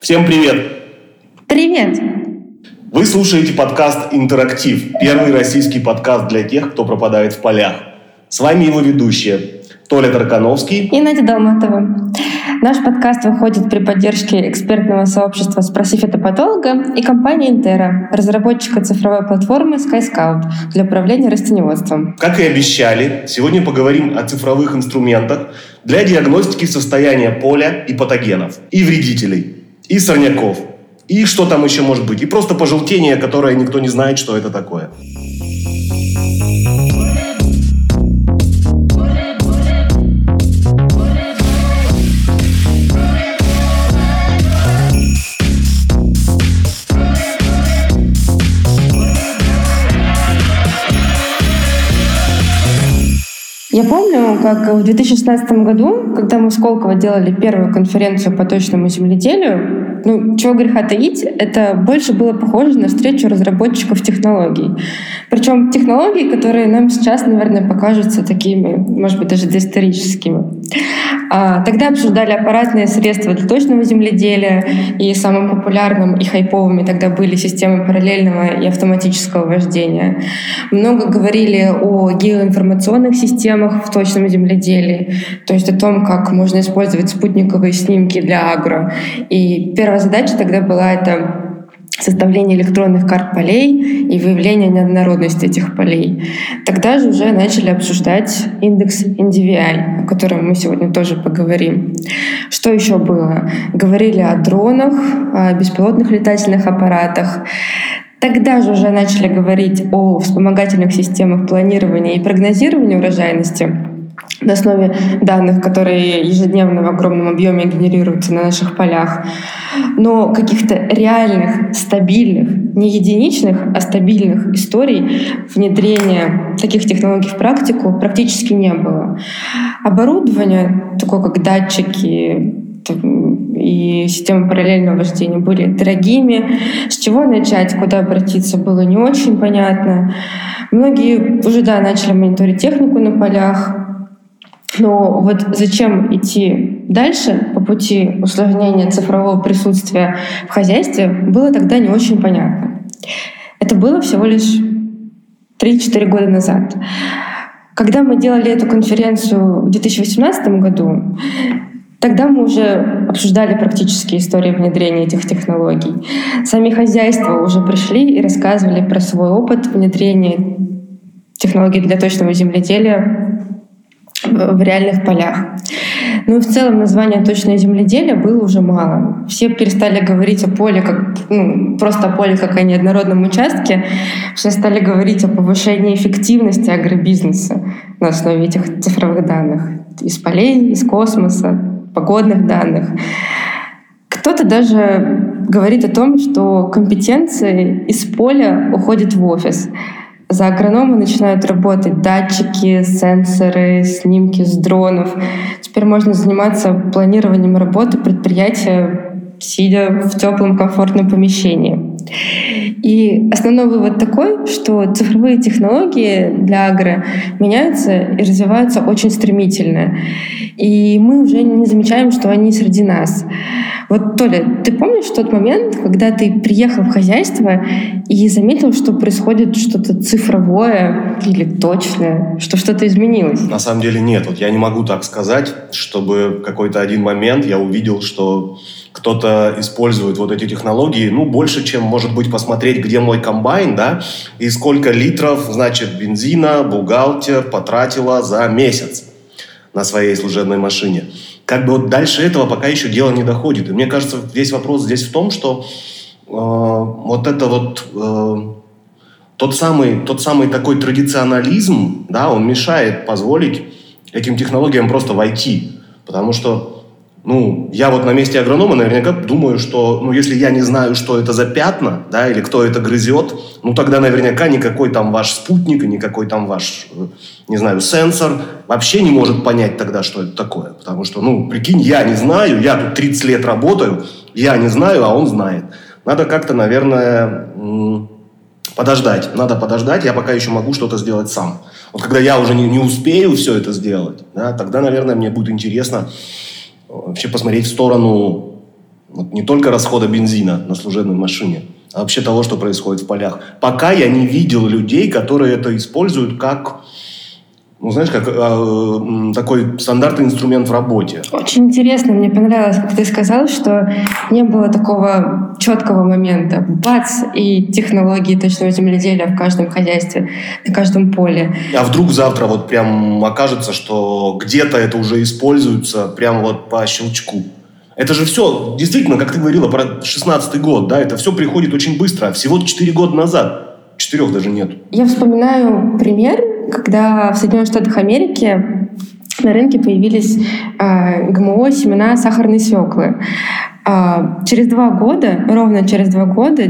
Всем привет! Привет! Вы слушаете подкаст «Интерактив», первый российский подкаст для тех, кто пропадает в полях. С вами его ведущие Толя Таркановский и Надя Долматова. Наш подкаст выходит при поддержке экспертного сообщества «Спроси фитопатолога» и компании «Интера», разработчика цифровой платформы SkyScout для управления растениеводством. Как и обещали, сегодня поговорим о цифровых инструментах для диагностики состояния поля и патогенов, и вредителей, и сорняков, и что там еще может быть, и просто пожелтение, которое никто не знает, что это такое. Я помню, как в 2016 году, когда мы в Сколково делали первую конференцию по точному земледелию, чего греха таить, это больше было похоже на встречу разработчиков технологий. Причем технологий, которые нам сейчас, наверное, покажутся такими, может быть, даже доисторическими. Тогда обсуждали аппаратные средства для точного земледелия, и самым популярным и хайповыми тогда были системы параллельного и автоматического вождения. Много говорили о геоинформационных системах в точном земледелии, то есть о том, как можно использовать спутниковые снимки для агро. И первая задача тогда была это составление электронных карт полей и выявление неоднородности этих полей. Тогда же уже начали обсуждать индекс NDVI, о котором мы сегодня тоже поговорим. Что еще было? Говорили о дронах, о беспилотных летательных аппаратах. Тогда же уже начали говорить о вспомогательных системах планирования и прогнозирования урожайности на основе данных, которые ежедневно в огромном объеме генерируются на наших полях. Но каких-то реальных, стабильных, не единичных, а стабильных историй внедрения таких технологий в практику практически не было. Оборудование, такое как датчики и системы параллельного вождения, были дорогими. С чего начать, куда обратиться, было не очень понятно. Многие уже начали мониторить технику на полях. Но вот зачем идти дальше по пути усложнения цифрового присутствия в хозяйстве, было тогда не очень понятно. Это было всего лишь 3-4 года назад. Когда мы делали эту конференцию в 2018 году, тогда мы уже обсуждали практические истории внедрения этих технологий. Сами хозяйства уже пришли и рассказывали про свой опыт внедрения технологий для точного земледелия в реальных полях. И в целом название «точное земледелие» было уже мало. Все перестали говорить о поле как просто о поле как о неоднородном участке. Все стали говорить о повышении эффективности агробизнеса на основе этих цифровых данных. Из полей, из космоса, погодных данных. Кто-то даже говорит о том, что компетенции из поля уходят в офис. За агронома начинают работать датчики, сенсоры, снимки с дронов. Теперь можно заниматься планированием работы предприятия, сидя в теплом, комфортном помещении. И основной вывод такой, что цифровые технологии для агро меняются и развиваются очень стремительно. И мы уже не замечаем, что они среди нас. Вот, Толя, ты помнишь тот момент, когда ты приехал в хозяйство и заметил, что происходит что-то цифровое или точное, что что-то изменилось? На самом деле нет. Вот я не могу так сказать, чтобы в какой-то один момент я увидел, что кто-то использует вот эти технологии, больше, чем, может быть, посмотреть, где мой комбайн, и сколько литров, бензина бухгалтер потратила за месяц на своей служебной машине. Дальше этого пока еще дело не доходит. И мне кажется, весь вопрос здесь в том, что тот самый такой традиционализм, он мешает позволить этим технологиям просто войти. Потому что я вот на месте агронома наверняка думаю, что, если я не знаю, что это за пятна, или кто это грызет, тогда наверняка никакой там ваш спутник, никакой там ваш, сенсор вообще не может понять тогда, что это такое. Потому что, прикинь, я не знаю, я тут 30 лет работаю, я не знаю, а он знает. Надо как-то, наверное, подождать. Я пока еще могу что-то сделать сам. Вот когда я уже не успею все это сделать, тогда, наверное, мне будет интересно вообще посмотреть в сторону Вот не только расхода бензина на служебной машине, а вообще того, что происходит в полях. Пока я не видел людей, которые это используют как, такой стандартный инструмент в работе. Очень интересно, мне понравилось, как ты сказал, что не было такого четкого момента. Бац! И технологии точного земледелия в каждом хозяйстве, на каждом поле. А вдруг завтра вот прям окажется, что где-то это уже используется прямо вот по щелчку. Это же все, действительно, как ты говорила про 16-й год, да, это все приходит очень быстро. Всего 4 года назад. 4 даже нет. Я вспоминаю пример, когда в Соединенных Штатах Америки на рынке появились ГМО семена сахарной свеклы. Через 2 года, ровно через 2 года,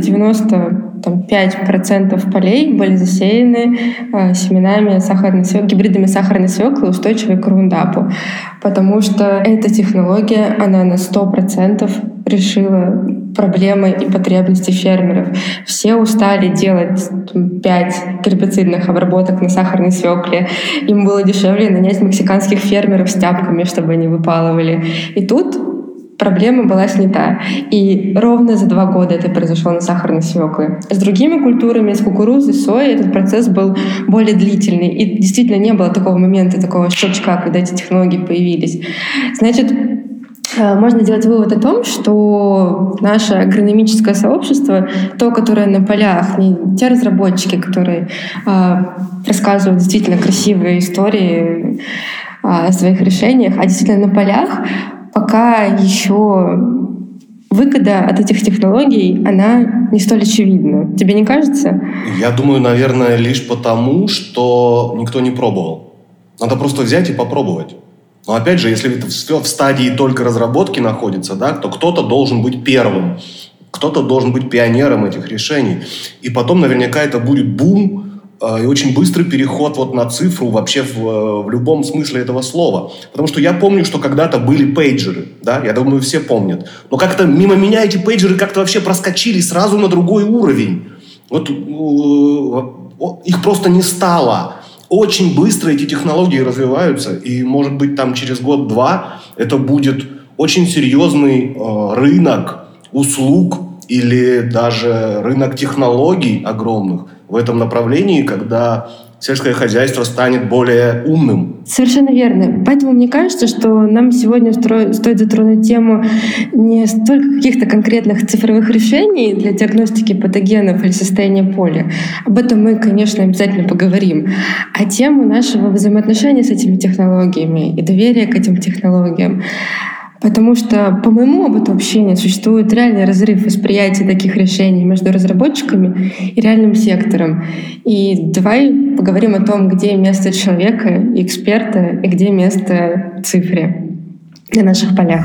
95% полей были засеяны семенами сахарной свеклы, гибридами сахарной свеклы, устойчивой к Роундапу. Потому что эта технология, она на 100% решила проблемы и потребности фермеров. Все устали делать 5 гербицидных обработок на сахарной свекле. Им было дешевле нанять мексиканских фермеров с тяпками, чтобы они выпалывали. И тут проблема была снята. И ровно за 2 года это произошло на сахарной свекле. С другими культурами, с кукурузой, соей, этот процесс был более длительный. И действительно не было такого момента, такого щелчка, когда эти технологии появились. Значит, можно делать вывод о том, что наше агрономическое сообщество, то, которое на полях, не те разработчики, которые рассказывают действительно красивые истории о своих решениях, а действительно на полях, пока еще выгода от этих технологий, она не столь очевидна. Тебе не кажется? Я думаю, наверное, лишь потому, что никто не пробовал. Надо просто взять и попробовать. Но опять же, если это все в стадии только разработки находится, да, то кто-то должен быть первым, кто-то должен быть пионером этих решений. И потом наверняка это будет бум и очень быстрый переход вот на цифру вообще в любом смысле этого слова. Потому что я помню, что когда-то были пейджеры, да, я думаю, все помнят. Но как-то мимо меня эти пейджеры как-то вообще проскочили сразу на другой уровень. Вот их просто не стало. Очень быстро эти технологии развиваются, и, может быть, там через год-два это будет очень серьезный рынок услуг или даже рынок технологий огромных в этом направлении, когда сельское хозяйство станет более умным. Совершенно верно. Поэтому мне кажется, что нам сегодня стоит затронуть тему не столько каких-то конкретных цифровых решений для диагностики патогенов или состояния поля. Об этом мы, конечно, обязательно поговорим. А тему нашего взаимоотношения с этими технологиями и доверия к этим технологиям. Потому что, по моему опыту общения, существует реальный разрыв восприятия таких решений между разработчиками и реальным сектором. И давай поговорим о том, где место человека и эксперта, и где место цифре на наших полях.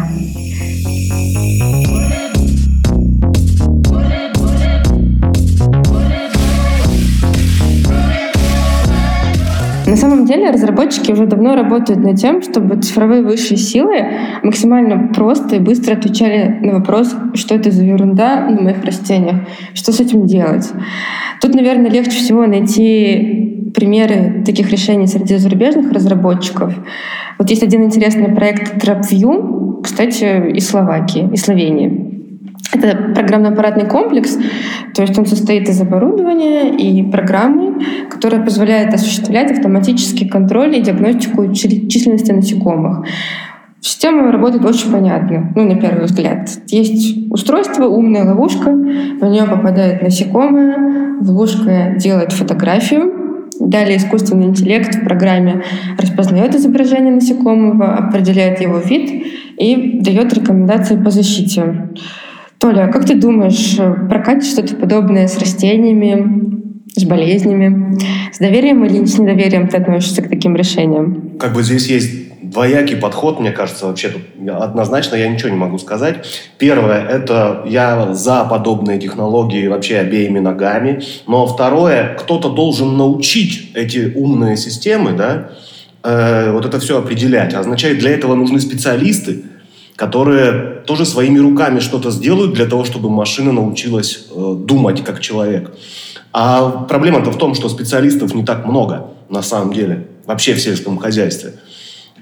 На самом деле разработчики уже давно работают над тем, чтобы цифровые высшие силы максимально просто и быстро отвечали на вопрос, что это за ерунда на моих растениях, что с этим делать. Тут, наверное, легче всего найти примеры таких решений среди зарубежных разработчиков. Вот есть один интересный проект TrapView, кстати, из Словакии, из Словении. Это программно-аппаратный комплекс, то есть он состоит из оборудования и программы, которая позволяет осуществлять автоматический контроль и диагностику численности насекомых. Система работает очень понятно, на первый взгляд. Есть устройство, умная ловушка, в нее попадает насекомое, ловушка делает фотографию, далее искусственный интеллект в программе распознает изображение насекомого, определяет его вид и дает рекомендации по защите. Толя, как ты думаешь, прокатит что-то подобное с растениями, с болезнями? С доверием или с недоверием ты относишься к таким решениям? Как бы здесь есть двоякий подход, мне кажется, вообще тут однозначно я ничего не могу сказать. Первое, это я за подобные технологии вообще обеими ногами. Но второе, кто-то должен научить эти умные системы, да, вот это все определять. Означает, для этого нужны специалисты, которые тоже своими руками что-то сделают для того, чтобы машина научилась думать как человек. А проблема-то в том, что специалистов не так много на самом деле, вообще в сельском хозяйстве.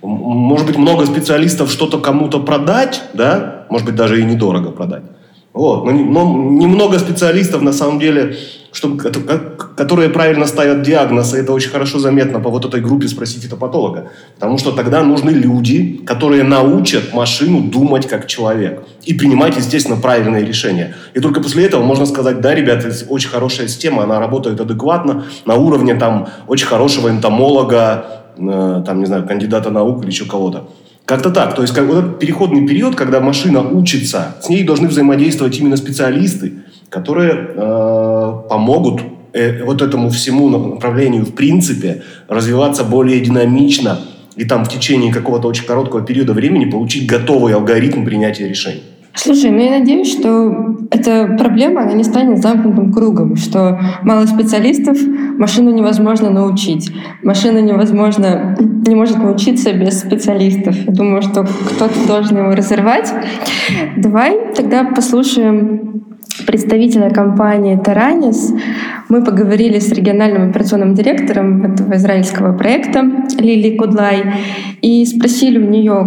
может быть, много специалистов что-то кому-то продать, да, может быть, даже и недорого продать. Вот. Но немного специалистов, на самом деле, которые правильно ставят диагноз, и это очень хорошо заметно по вот этой группе «Спроси фитопатолога». Потому что тогда нужны люди, которые научат машину думать как человек и принимать, естественно, правильные решения. И только после этого можно сказать: да, ребята, это очень хорошая система, она работает адекватно, на уровне там очень хорошего энтомолога, там, не знаю, кандидата наук или еще кого-то. Как-то так. То есть вот этот переходный период, когда машина учится, с ней должны взаимодействовать именно специалисты, которые помогут вот этому всему направлению в принципе развиваться более динамично и там в течение какого-то очень короткого периода времени получить готовый алгоритм принятия решений. Слушай, ну я надеюсь, что эта проблема, она не станет замкнутым кругом, что мало специалистов, машину невозможно научить. Машина не может научиться без специалистов. Я думаю, что кто-то должен его разорвать. Давай тогда послушаем представителя компании Taranis. Мы поговорили с региональным операционным директором этого израильского проекта Лили Кудлай и спросили у нее,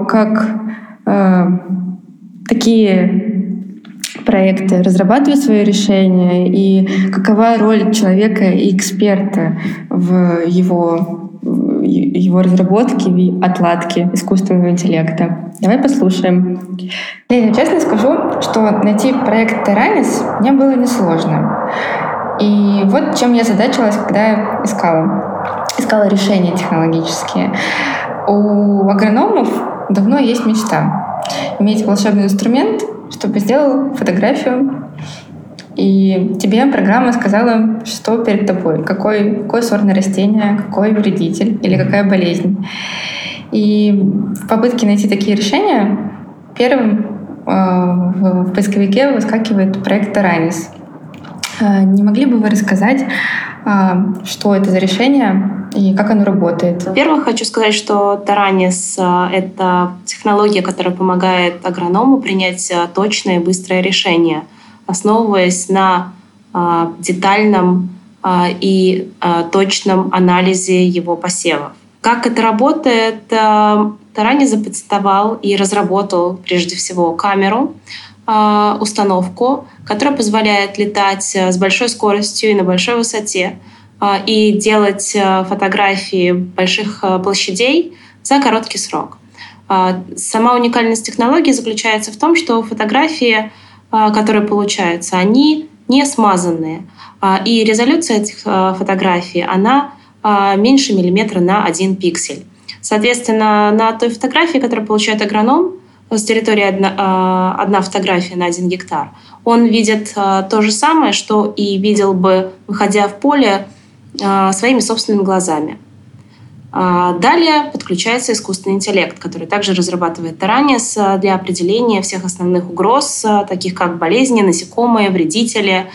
как такие проекты разрабатывают свои решения и какова роль человека и эксперта в его разработке, в отладке искусственного интеллекта. Давай послушаем. Леня, честно скажу, что найти проект Taranis мне было несложно. И вот чем я задачилась, когда искала решения технологические. У агрономов давно есть мечта иметь волшебный инструмент, чтобы сделал фотографию, и тебе программа сказала, что перед тобой, какое сортное растение, какой вредитель или какая болезнь. И в попытке найти такие решения первым в поисковике выскакивает проект Taranis. Не могли бы вы рассказать, что это за решение и как оно работает? Во-первых, хочу сказать, что Taranis — это технология, которая помогает агроному принять точное и быстрое решение, основываясь на детальном и точном анализе его посевов. Как это работает? Taranis запатентовал и разработал прежде всего камеру, установку, которая позволяет летать с большой скоростью и на большой высоте и делать фотографии больших площадей за короткий срок. Сама уникальность технологии заключается в том, что фотографии, которые получаются, они не смазанные. И резолюция этих фотографий, она меньше миллиметра на 1 пиксель. Соответственно, на той фотографии, которую получает агроном, с территории одна фотография на 1 гектар, он видит то же самое, что и видел бы, выходя в поле, своими собственными глазами. Далее подключается искусственный интеллект, который также разрабатывает Taranis для определения всех основных угроз, таких как болезни, насекомые, вредители,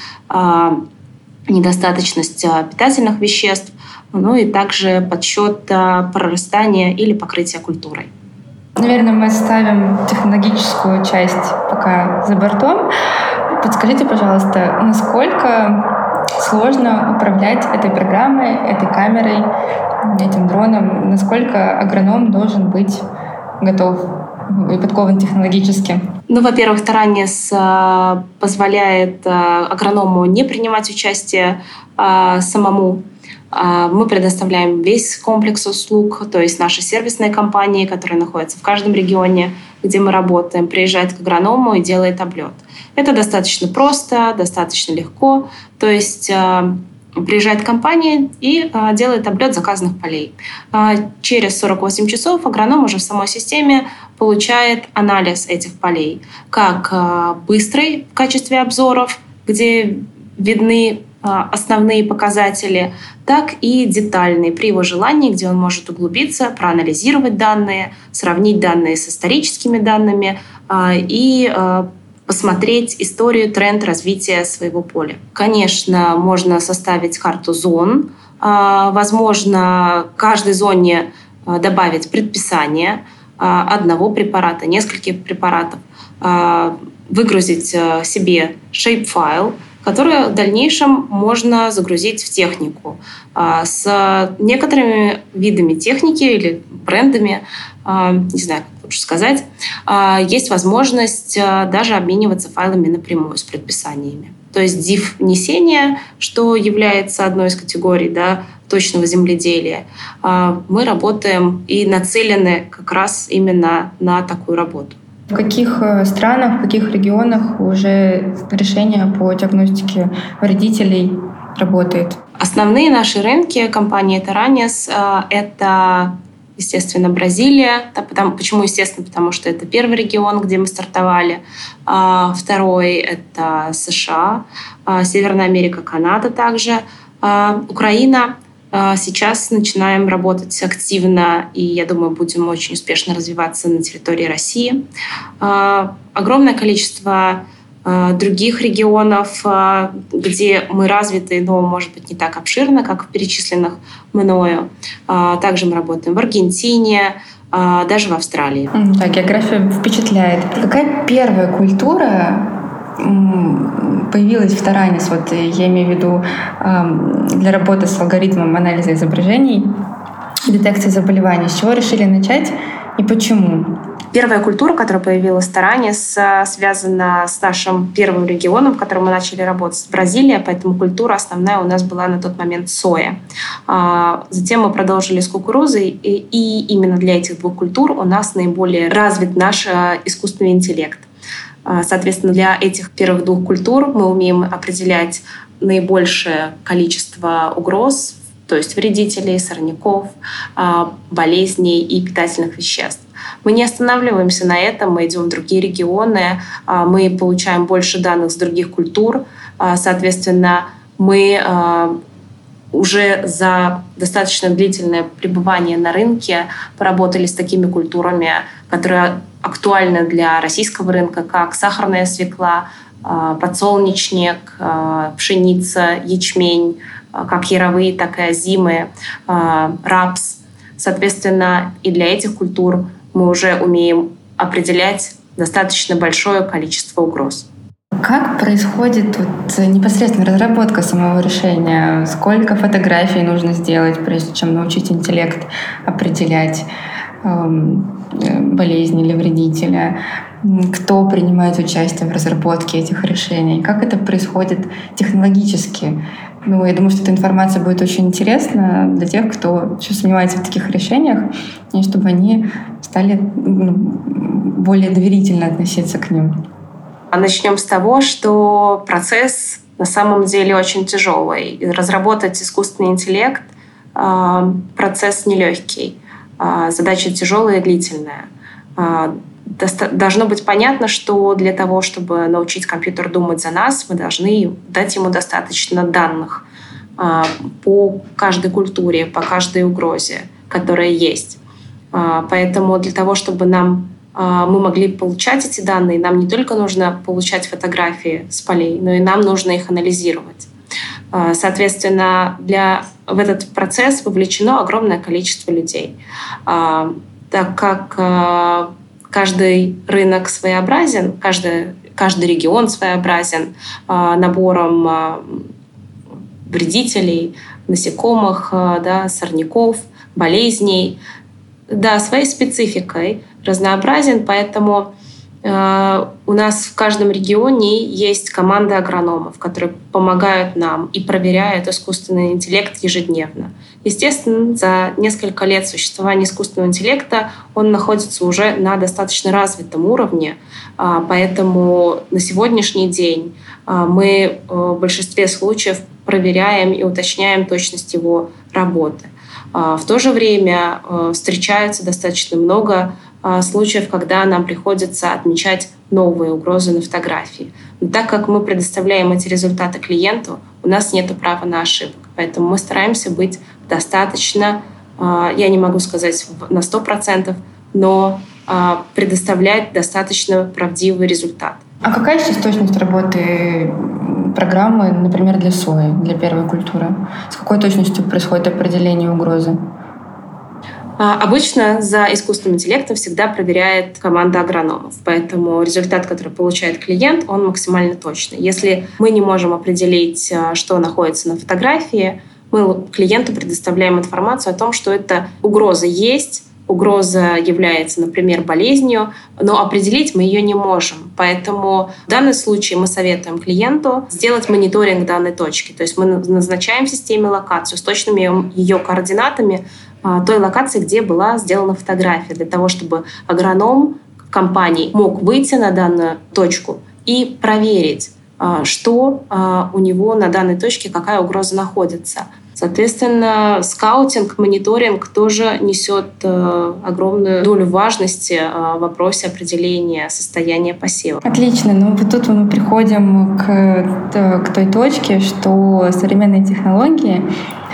недостаточность питательных веществ, ну и также подсчет прорастания или покрытия культурой. Наверное, мы оставим технологическую часть пока за бортом. Подскажите, пожалуйста, насколько сложно управлять этой программой, этой камерой, этим дроном? Насколько агроном должен быть готов и подкован технологически? Ну, во-первых, Taranis позволяет агроному не принимать участие самому. Мы предоставляем весь комплекс услуг, то есть наши сервисные компании, которые находятся в каждом регионе, где мы работаем, приезжает к агроному и делает облет. Это достаточно просто, достаточно легко. То есть приезжает компания и делает облет заказанных полей. Через 48 часов агроном уже в самой системе получает анализ этих полей. Как быстрый в качестве обзоров, где видны основные показатели, так и детальные при его желании, где он может углубиться, проанализировать данные, сравнить данные с историческими данными и посмотреть историю, тренд развития своего поля. Конечно, можно составить карту зон. Возможно, каждой зоне добавить предписание одного препарата, нескольких препаратов, выгрузить себе shape-файл, которые в дальнейшем можно загрузить в технику. С некоторыми видами техники или брендами, не знаю, как лучше сказать, есть возможность даже обмениваться файлами напрямую с предписаниями. То есть div-несение, что является одной из категорий точного земледелия, мы работаем и нацелены как раз именно на такую работу. В каких странах, в каких регионах уже решение по диагностике вредителей работает? Основные наши рынки компании Taranis — это, естественно, Бразилия. Почему естественно? Потому что это первый регион, где мы стартовали. Второй — это США, Северная Америка, Канада также. Украина. Сейчас начинаем работать активно, и, я думаю, будем очень успешно развиваться на территории России. Огромное количество других регионов, где мы развиты, но, может быть, не так обширно, как в перечисленных мною. Также мы работаем в Аргентине, даже в Австралии. Да, география впечатляет. Какая первая культура появилась в Taranis? Вот я имею в виду для работы с алгоритмом анализа изображений и детекции заболеваний. С чего решили начать и почему? Первая культура, которая появилась в Taranis, связана с нашим первым регионом, в котором мы начали работать, с Бразилией, поэтому культура основная у нас была на тот момент соя. Затем мы продолжили с кукурузой, и именно для этих двух культур у нас наиболее развит наш искусственный интеллект. Соответственно, для этих первых двух культур мы умеем определять наибольшее количество угроз, то есть вредителей, сорняков, болезней и питательных веществ. Мы не останавливаемся на этом, мы идем в другие регионы, мы получаем больше данных с других культур. Соответственно, мы уже за достаточно длительное пребывание на рынке поработали с такими культурами, которые актуальны для российского рынка, как сахарная свекла, подсолнечник, пшеница, ячмень, как яровые, так и озимые, рапс. Соответственно, и для этих культур мы уже умеем определять достаточно большое количество угроз. Как происходит непосредственно разработка самого решения? Сколько фотографий нужно сделать, прежде чем научить интеллект определять болезнь или вредителя? Кто принимает участие в разработке этих решений? Как это происходит технологически? Я думаю, что эта информация будет очень интересна для тех, кто еще сомневается в таких решениях, и чтобы они стали более доверительно относиться к ним. Начнем с того, что процесс на самом деле очень тяжелый. Разработать искусственный интеллект — процесс нелегкий, задача тяжелая и длительная. Должно быть понятно, что для того, чтобы научить компьютер думать за нас, мы должны дать ему достаточно данных по каждой культуре, по каждой угрозе, которая есть. Поэтому для того, чтобы мы могли получать эти данные, нам не только нужно получать фотографии с полей, но и нам нужно их анализировать. Соответственно, в этот процесс вовлечено огромное количество людей. Так как каждый рынок своеобразен, каждый регион своеобразен набором вредителей, насекомых, сорняков, болезней, своей спецификой разнообразен, поэтому у нас в каждом регионе есть команда агрономов, которые помогают нам и проверяют искусственный интеллект ежедневно. Естественно, за несколько лет существования искусственного интеллекта он находится уже на достаточно развитом уровне, поэтому на сегодняшний день мы в большинстве случаев проверяем и уточняем точность его работы. В то же время встречается достаточно много случаев, когда нам приходится отмечать новые угрозы на фотографии. Но так как мы предоставляем эти результаты клиенту, у нас нет права на ошибку. Поэтому мы стараемся быть достаточно, я не могу сказать на 100%, но предоставлять достаточно правдивый результат. А какая сейчас точность работы программы, например, для сои, для первой культуры? С какой точностью происходит определение угрозы? Обычно за искусственным интеллектом всегда проверяет команда агрономов, поэтому результат, который получает клиент, он максимально точный. Если мы не можем определить, что находится на фотографии, мы клиенту предоставляем информацию о том, что эта угроза есть, угроза является, например, болезнью, но определить мы ее не можем. Поэтому в данном случае мы советуем клиенту сделать мониторинг данной точки. То есть мы назначаем в системе локацию с точными ее координатами той локации, где была сделана фотография, для того, чтобы агроном компании мог выйти на данную точку и проверить, что у него на данной точке, какая угроза находится. Соответственно, скаутинг, мониторинг тоже несет огромную долю важности в вопросе определения состояния посева. Отлично. Ну вот тут мы приходим к той точке, что современные технологии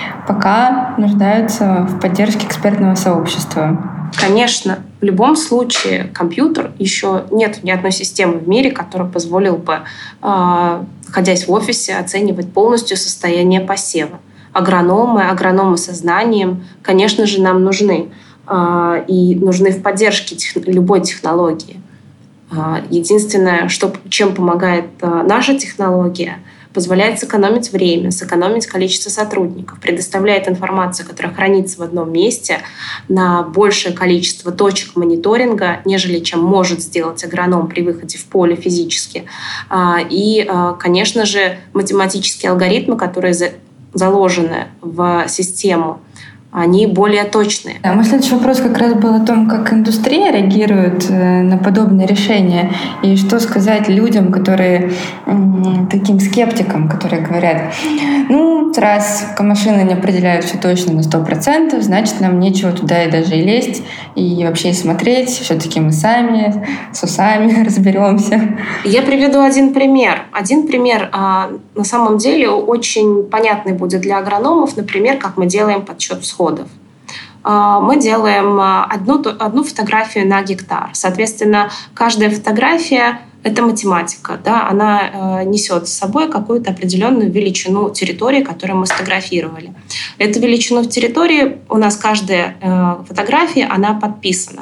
пока нуждаются в поддержке экспертного сообщества. Конечно, в любом случае компьютер, еще нет ни одной системы в мире, которая позволила бы, находясь в офисе, оценивать полностью состояние посева. Агрономы со знанием, конечно же, нам нужны. И нужны в поддержке любой технологии. Единственное, чем помогает наша технология, позволяет сэкономить время, сэкономить количество сотрудников, предоставляет информацию, которая хранится в одном месте, на большее количество точек мониторинга, нежели чем может сделать агроном при выходе в поле физически. И, конечно же, математические алгоритмы, которые заложены в систему, они более точные. Да, мой следующий вопрос как раз был о том, как индустрия реагирует на подобные решения, и что сказать людям, которые таким скептикам, которые говорят, раз машины не определяют все точно на 100%, значит, нам нечего туда и даже и лезть, и вообще и смотреть, все-таки мы сами с усами разберемся. Я приведу один пример. На самом деле очень понятный будет для агрономов, например, как мы делаем подсчет всходов. Мы делаем одну фотографию на гектар. Соответственно, каждая фотография — это математика. Да? Она несет с собой какую-то определенную величину территории, которую мы сфотографировали. Эту величину в территории у нас каждая фотография, она подписана.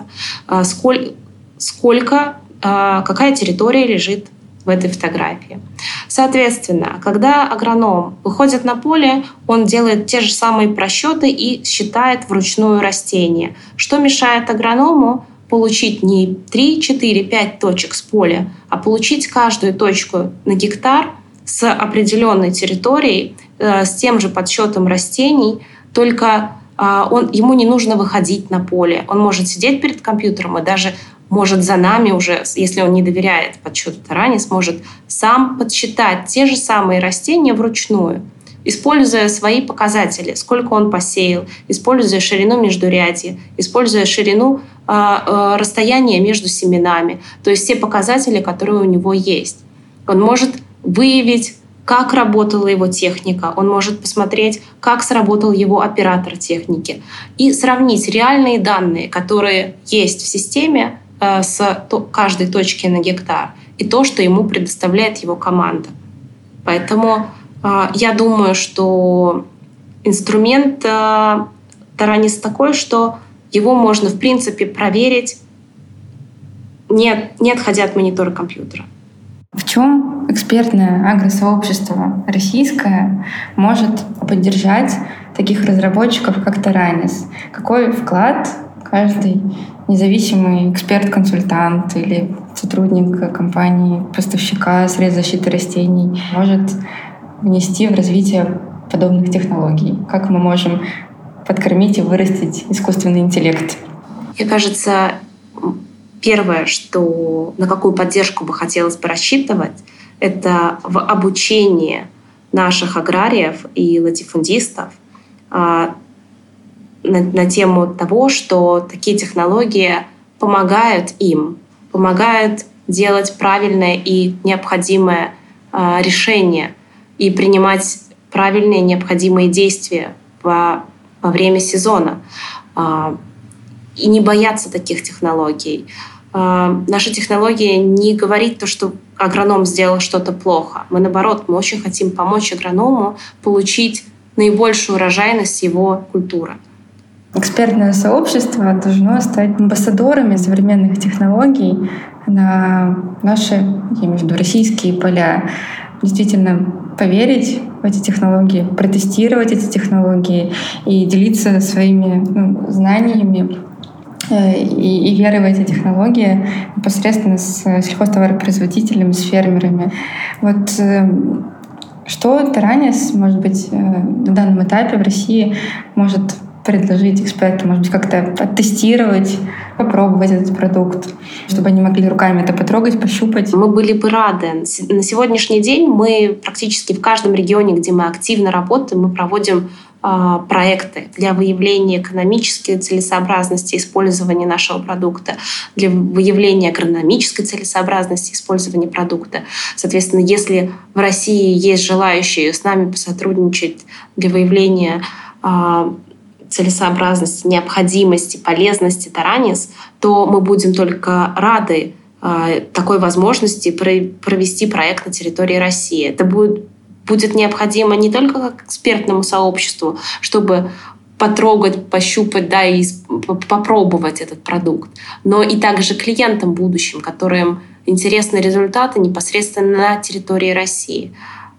Какая территория лежит в этой фотографии. Соответственно, когда агроном выходит на поле, он делает те же самые просчеты и считает вручную растения. Что мешает агроному получить не 3, 4, 5 точек с поля, а получить каждую точку на гектар с определенной территорией, с тем же подсчетом растений, только ему не нужно выходить на поле. Он может сидеть перед компьютером и даже может за нами уже, если он не доверяет подсчету таранис, сможет сам подсчитать те же самые растения вручную, используя свои показатели, сколько он посеял, используя ширину междурядья, используя ширину расстояния между семенами, то есть все показатели, которые у него есть. Он может выявить, как работала его техника, он может посмотреть, как сработал его оператор техники, и сравнить реальные данные, которые есть в системе, с каждой точки на гектар и то, что ему предоставляет его команда. Поэтому я думаю, что инструмент таранис такой, что его можно в принципе проверить, не отходя от монитора компьютера. В чем экспертное агросообщество российское может поддержать таких разработчиков, как таранис? Какой вклад каждый независимый эксперт-консультант или сотрудник компании, поставщика средств защиты растений может внести в развитие подобных технологий? Как мы можем подкормить и вырастить искусственный интеллект? Мне кажется, первое, на какую поддержку бы хотелось бы рассчитывать, это в обучении наших аграриев и латифундистов на тему того, что такие технологии помогают им, помогают делать правильное и необходимое решение и принимать правильные необходимые действия во время сезона. И не бояться таких технологий. Наша технология не говорит то, что агроном сделал что-то плохо. Мы, наоборот, мы очень хотим помочь агроному получить наибольшую урожайность его культуры. экспертное сообщество должно стать амбассадорами современных технологий на наши, я имею в виду, российские поля. Действительно поверить в эти технологии, протестировать эти технологии и делиться своими знаниями и верой в эти технологии непосредственно с сельхозтоваропроизводителями, с фермерами. Вот что Таранис, может быть, на данном этапе в России может предложить экспертам, может быть, как-то оттестировать, попробовать этот продукт, чтобы они могли руками это потрогать, пощупать? Мы были бы рады. На сегодняшний день мы практически в каждом регионе, где мы активно работаем, мы проводим проекты для выявления экономической целесообразности использования нашего продукта, для выявления агрономической целесообразности использования продукта. Соответственно, если в России есть желающие с нами посотрудничать для выявления целесообразности, необходимости, полезности Таранис, то мы будем только рады такой возможности провести проект на территории России. Это будет необходимо не только как экспертному сообществу, чтобы потрогать, пощупать, да, и попробовать этот продукт, но и также клиентам будущим, которым интересны результаты непосредственно на территории России.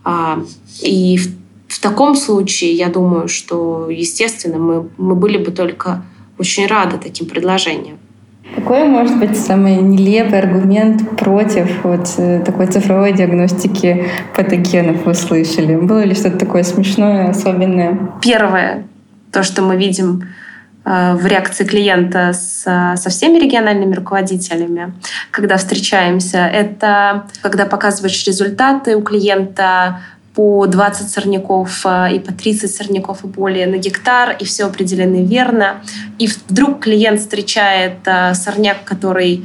И в таком случае, я думаю, что, естественно, мы были бы только очень рады таким предложениям. Какой может быть самый нелепый аргумент против такой цифровой диагностики патогенов вы слышали? Было ли что-то такое смешное, особенное? Первое, то, что мы видим в реакции клиента со всеми региональными руководителями, когда встречаемся, это когда показываешь результаты у клиента по 20 сорняков и по 30 сорняков и более на гектар, и все определено верно. И вдруг клиент встречает сорняк, который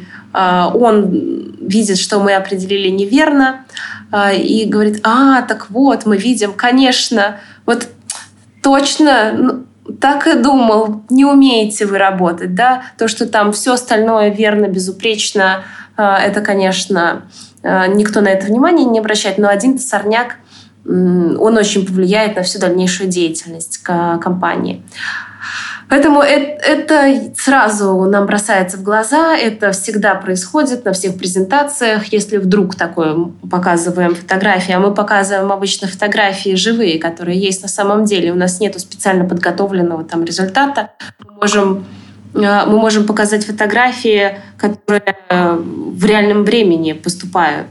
он видит, что мы определили неверно, и говорит: так вот, мы видим, конечно, вот точно, так и думал, не умеете вы работать, да? То, что там все остальное верно, безупречно, это, конечно, никто на это внимание не обращает, но один сорняк, он очень повлияет на всю дальнейшую деятельность компании. Поэтому это сразу нам бросается в глаза, это всегда происходит на всех презентациях. Если вдруг такое показываем фотографии, а мы показываем обычно фотографии живые, которые есть на самом деле, у нас нет специально подготовленного там результата, мы можем показать фотографии, которые в реальном времени поступают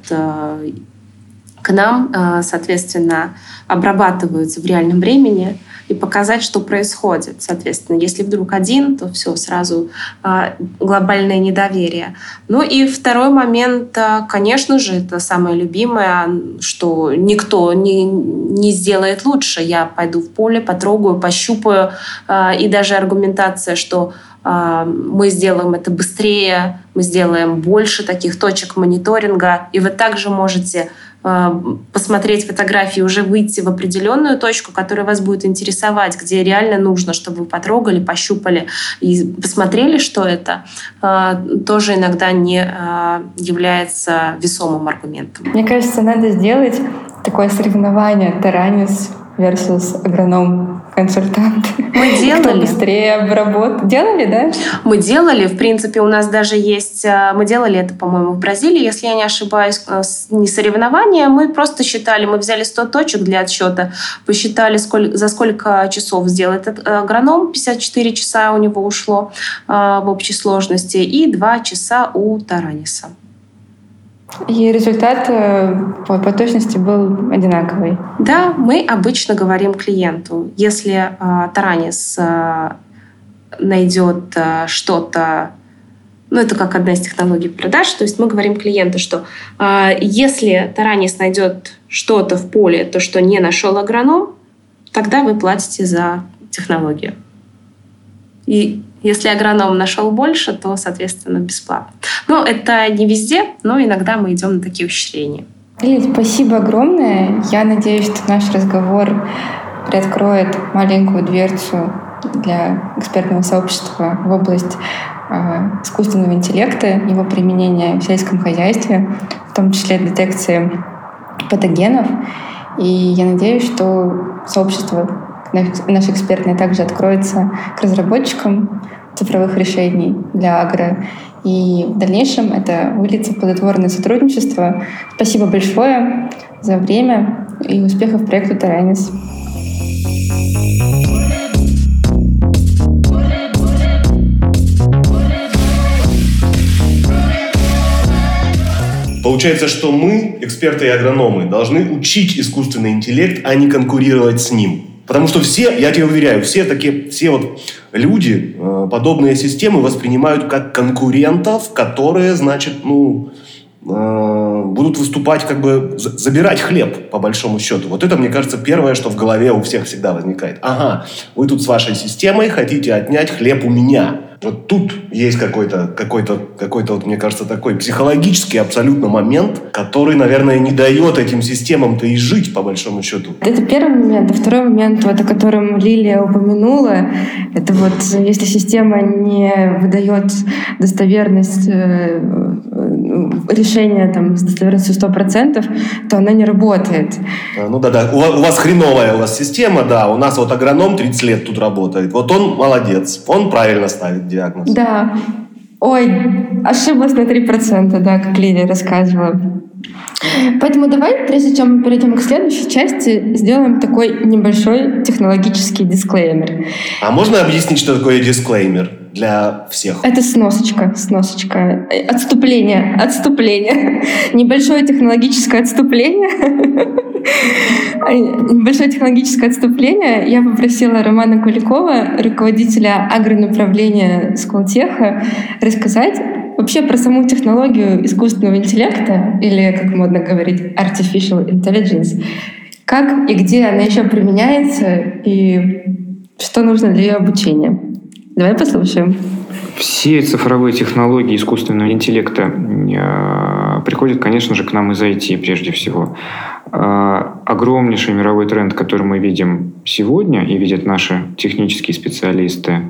к нам, соответственно, обрабатываются в реальном времени, и показать, что происходит. Соответственно, если вдруг один, то все, сразу глобальное недоверие. Ну и второй момент, конечно же, это самое любимое, что никто не сделает лучше. Я пойду в поле, потрогаю, пощупаю, и даже аргументация, что мы сделаем это быстрее, мы сделаем больше таких точек мониторинга, и вы также можете посмотреть фотографии, уже выйти в определенную точку, которая вас будет интересовать, где реально нужно, чтобы вы потрогали, пощупали и посмотрели, что это, тоже иногда не является весомым аргументом. Мне кажется, надо сделать такое соревнование Таранис versus агроном-консультант. Мы делали. Кто быстрее обработал. Делали, да? Мы делали. В принципе, у нас даже есть... Мы делали это, по-моему, в Бразилии, если я не ошибаюсь, не соревнования. Мы просто считали, мы взяли 100 точек для отсчета, посчитали, за сколько часов сделал этот агроном. 54 часа у него ушло в общей сложности и 2 часа у Тараниса. И результат по точности был одинаковый? Да, мы обычно говорим клиенту, если Таранис найдет что-то, это как одна из технологий продаж, то есть мы говорим клиенту, что если Таранис найдет что-то в поле, то, что не нашел агроном, тогда вы платите за технологию. И если агроном нашел больше, то, соответственно, бесплатно. Это не везде, но иногда мы идем на такие ухищрения. Лилит, спасибо огромное. Я надеюсь, что наш разговор приоткроет маленькую дверцу для экспертного сообщества в область искусственного интеллекта, его применения в сельском хозяйстве, в том числе детекции патогенов. И я надеюсь, что сообщество наш экспертный также откроется к разработчикам цифровых решений для агро. И в дальнейшем это выльется в плодотворное сотрудничество. Спасибо большое за время и успехов проекту Tarannis. Получается, что мы, эксперты и агрономы, должны учить искусственный интеллект, а не конкурировать с ним. Потому что все, я тебе уверяю, все вот люди подобные системы воспринимают как конкурентов, которые, значит, будут выступать, как бы забирать хлеб, по большому счету. Вот это, мне кажется, первое, что в голове у всех всегда возникает. Ага, вы тут с вашей системой хотите отнять хлеб у меня. Вот тут есть какой-то, вот, мне кажется, такой психологический абсолютно момент, который, наверное, не дает этим системам-то и жить, по большому счету. Это первый момент. А второй момент, вот, о котором Лилия упомянула, это вот если система не выдает достоверность решения там, с достоверностью 100%, то она не работает. Ну да. У вас хреновая у вас система, да. У нас вот агроном 30 лет тут работает. Вот он молодец. Он правильно ставит диагноз. Да. Ой, ошиблась на 3%, да, как Лилия рассказывала. Поэтому давай, прежде чем мы перейдем к следующей части, сделаем такой небольшой технологический дисклеймер. А можно объяснить, что такое дисклеймер для всех? Это сносочка. Отступление. Небольшое технологическое отступление. Я попросила Романа Куликова, руководителя агронаправления Сколтеха, рассказать вообще про саму технологию искусственного интеллекта, или, как модно говорить, artificial intelligence, как и где она еще применяется, и что нужно для ее обучения. Давай послушаем. Все цифровые технологии искусственного интеллекта приходят, конечно же, к нам из IT прежде всего. Огромнейший мировой тренд, который мы видим сегодня и видят наши технические специалисты,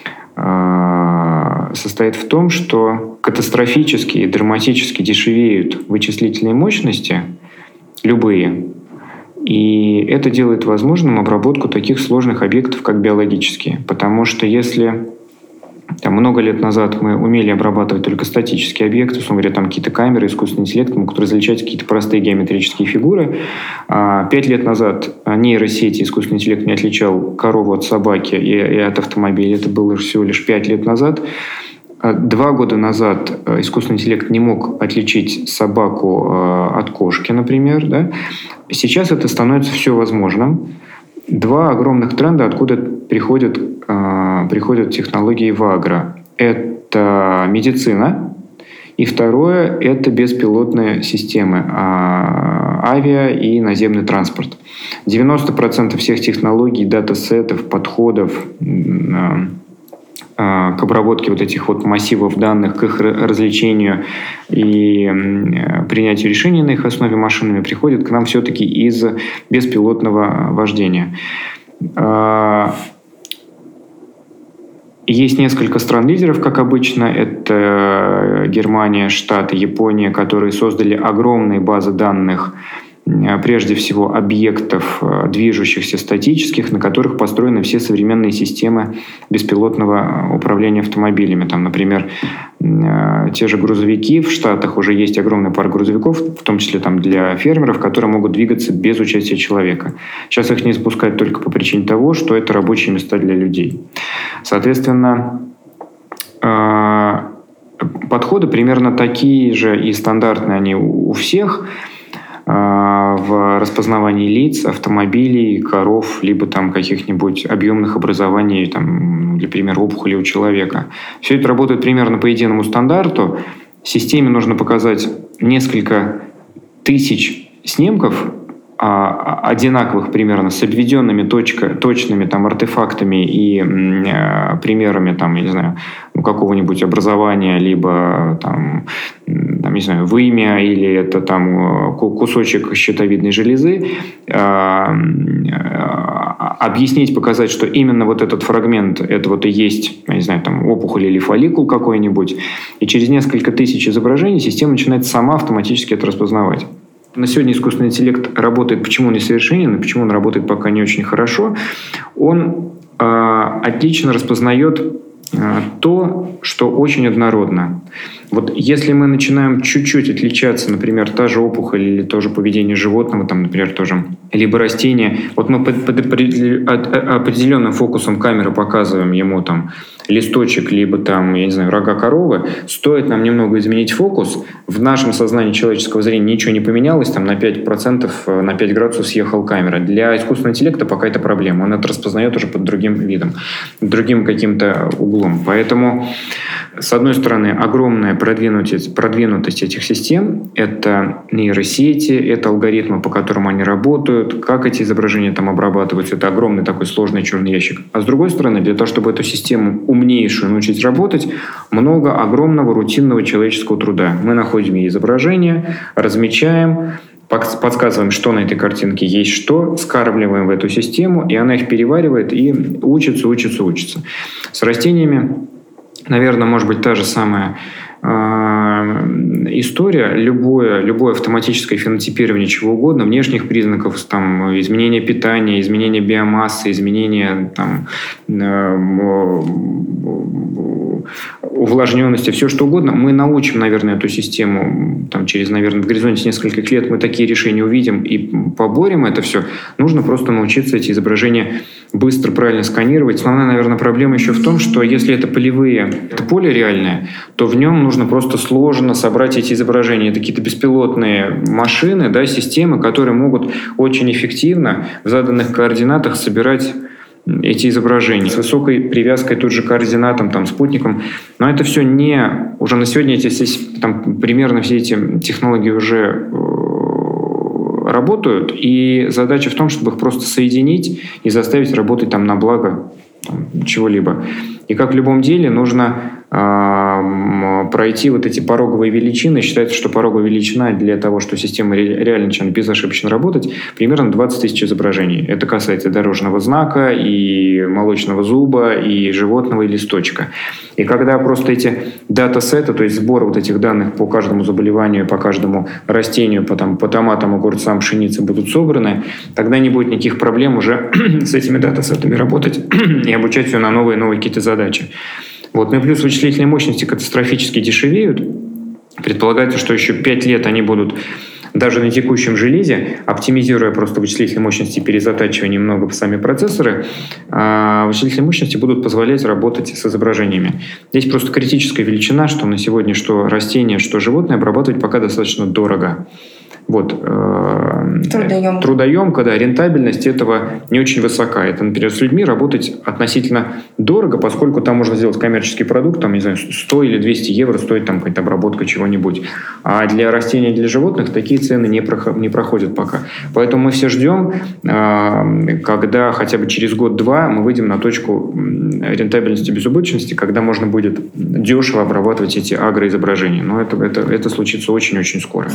состоит в том, что катастрофически и драматически дешевеют вычислительные мощности, любые, и это делает возможным обработку таких сложных объектов, как биологические. Потому что если много лет назад мы умели обрабатывать только статические объекты, условно говоря, там какие-то камеры, искусственный интеллект могут различать какие-то простые геометрические фигуры. 5 лет назад нейросети, искусственный интеллект не отличал корову от собаки и от автомобиля. Это было всего лишь 5 лет назад. 2 года назад искусственный интеллект не мог отличить собаку от кошки, например. Да? Сейчас это становится все возможным. 2 огромных тренда, откуда приходят технологии в агро. Это медицина, и второе – это беспилотные системы, авиа и наземный транспорт. 90% всех технологий, датасетов, подходов к обработке вот этих вот массивов данных, к их развлечению и принятию решений на их основе машинами приходят к нам все-таки из беспилотного вождения. Есть несколько стран-лидеров, как обычно. Это Германия, Штаты, Япония, которые создали огромные базы данных, прежде всего объектов, движущихся статических, на которых построены все современные системы беспилотного управления автомобилями. Там, например, те же грузовики. В Штатах уже есть огромный парк грузовиков, в том числе там, для фермеров, которые могут двигаться без участия человека. Сейчас их не запускают только по причине того, что это рабочие места для людей. Соответственно, подходы примерно такие же и стандартные они у всех в распознавании лиц, автомобилей, коров, либо там каких-нибудь объемных образований, там, для примера, опухоли у человека. Все это работает примерно по единому стандарту. Системе нужно показать несколько тысяч снимков, одинаковых примерно, с обведенными точными там, артефактами и примерами там, я не знаю, какого-нибудь образования, либо там, не знаю, вымя или это там кусочек щитовидной железы, объяснить, показать, что именно вот этот фрагмент, это вот и есть, я не знаю, там опухоль или фолликул какой-нибудь, и через несколько тысяч изображений система начинает сама автоматически это распознавать. На сегодня искусственный интеллект работает, почему он несовершенен и почему он работает пока не очень хорошо. Он отлично распознает то, что очень однородно. Вот если мы начинаем чуть-чуть отличаться, например, та же опухоль или то же поведение животного, там, например, тоже, либо растения, вот мы под определенным фокусом камеры показываем ему там листочек, либо там, я не знаю, рога коровы, стоит нам немного изменить фокус, в нашем сознании человеческого зрения ничего не поменялось, там на 5%, на 5 градусов съехала камера. Для искусственного интеллекта пока это проблема, он это распознает уже под другим видом, другим каким-то углом. Поэтому, с одной стороны, огромная продвинутость этих систем — это нейросети, это алгоритмы, по которым они работают, как эти изображения там обрабатываются, это огромный такой сложный черный ящик. А с другой стороны, для того, чтобы эту систему умнейшую научить работать, много огромного рутинного человеческого труда. Мы находим ей изображение, размечаем, подсказываем, что на этой картинке есть что, скармливаем в эту систему, и она их переваривает и учится. С растениями, наверное, может быть та же самая история. Любое автоматическое фенотипирование чего угодно, внешних признаков, там, изменение питания, изменение биомассы, изменение там, увлажненности, все что угодно, мы научим, наверное, эту систему там, через, наверное, в горизонте нескольких лет мы такие решения увидим и поборем это все. Нужно просто научиться эти изображения быстро, правильно сканировать. Основная, наверное, проблема еще в том, что если это это поле реальное, то в нем нужно просто сложно собрать эти изображения. Это какие-то беспилотные машины, да, системы, которые могут очень эффективно в заданных координатах собирать эти изображения с высокой привязкой тут же к координатам, там, спутникам. Но это все уже на сегодня примерно все эти технологии уже работают, и задача в том, чтобы их просто соединить и заставить работать там на благо чего-либо. И как в любом деле нужно пройти вот эти пороговые величины. Считается, что пороговая величина для того, что система реально начинает безошибочно работать, примерно 20 тысяч изображений. Это касается дорожного знака, и молочного зуба, и животного, и листочка. И когда просто эти датасеты, то есть сбор вот этих данных по каждому заболеванию, по каждому растению, по томатам, огурцам, пшенице будут собраны, тогда не будет никаких проблем уже с этими датасетами работать и обучать все на новые какие-то задачи. Вот. Ну и плюс вычислительные мощности катастрофически дешевеют. Предполагается, что еще 5 лет они будут даже на текущем железе, оптимизируя просто вычислительные мощности, перезатачивая немного сами процессоры, вычислительные мощности будут позволять работать с изображениями. Здесь просто критическая величина, что на сегодня что растения, что животные обрабатывать пока достаточно дорого. Вот. Трудоемко, да, рентабельность этого не очень высока. Это, например, с людьми работать относительно дорого, поскольку там можно сделать коммерческий продукт, там, не знаю, 100 или 200 евро стоит там какая-то обработка чего-нибудь. А для растений, для животных такие цены не проходят пока. Поэтому мы все ждем, когда хотя бы через год-два мы выйдем на точку рентабельности, безубыточности, когда можно будет дешево обрабатывать эти агроизображения. Но это случится очень-очень скоро.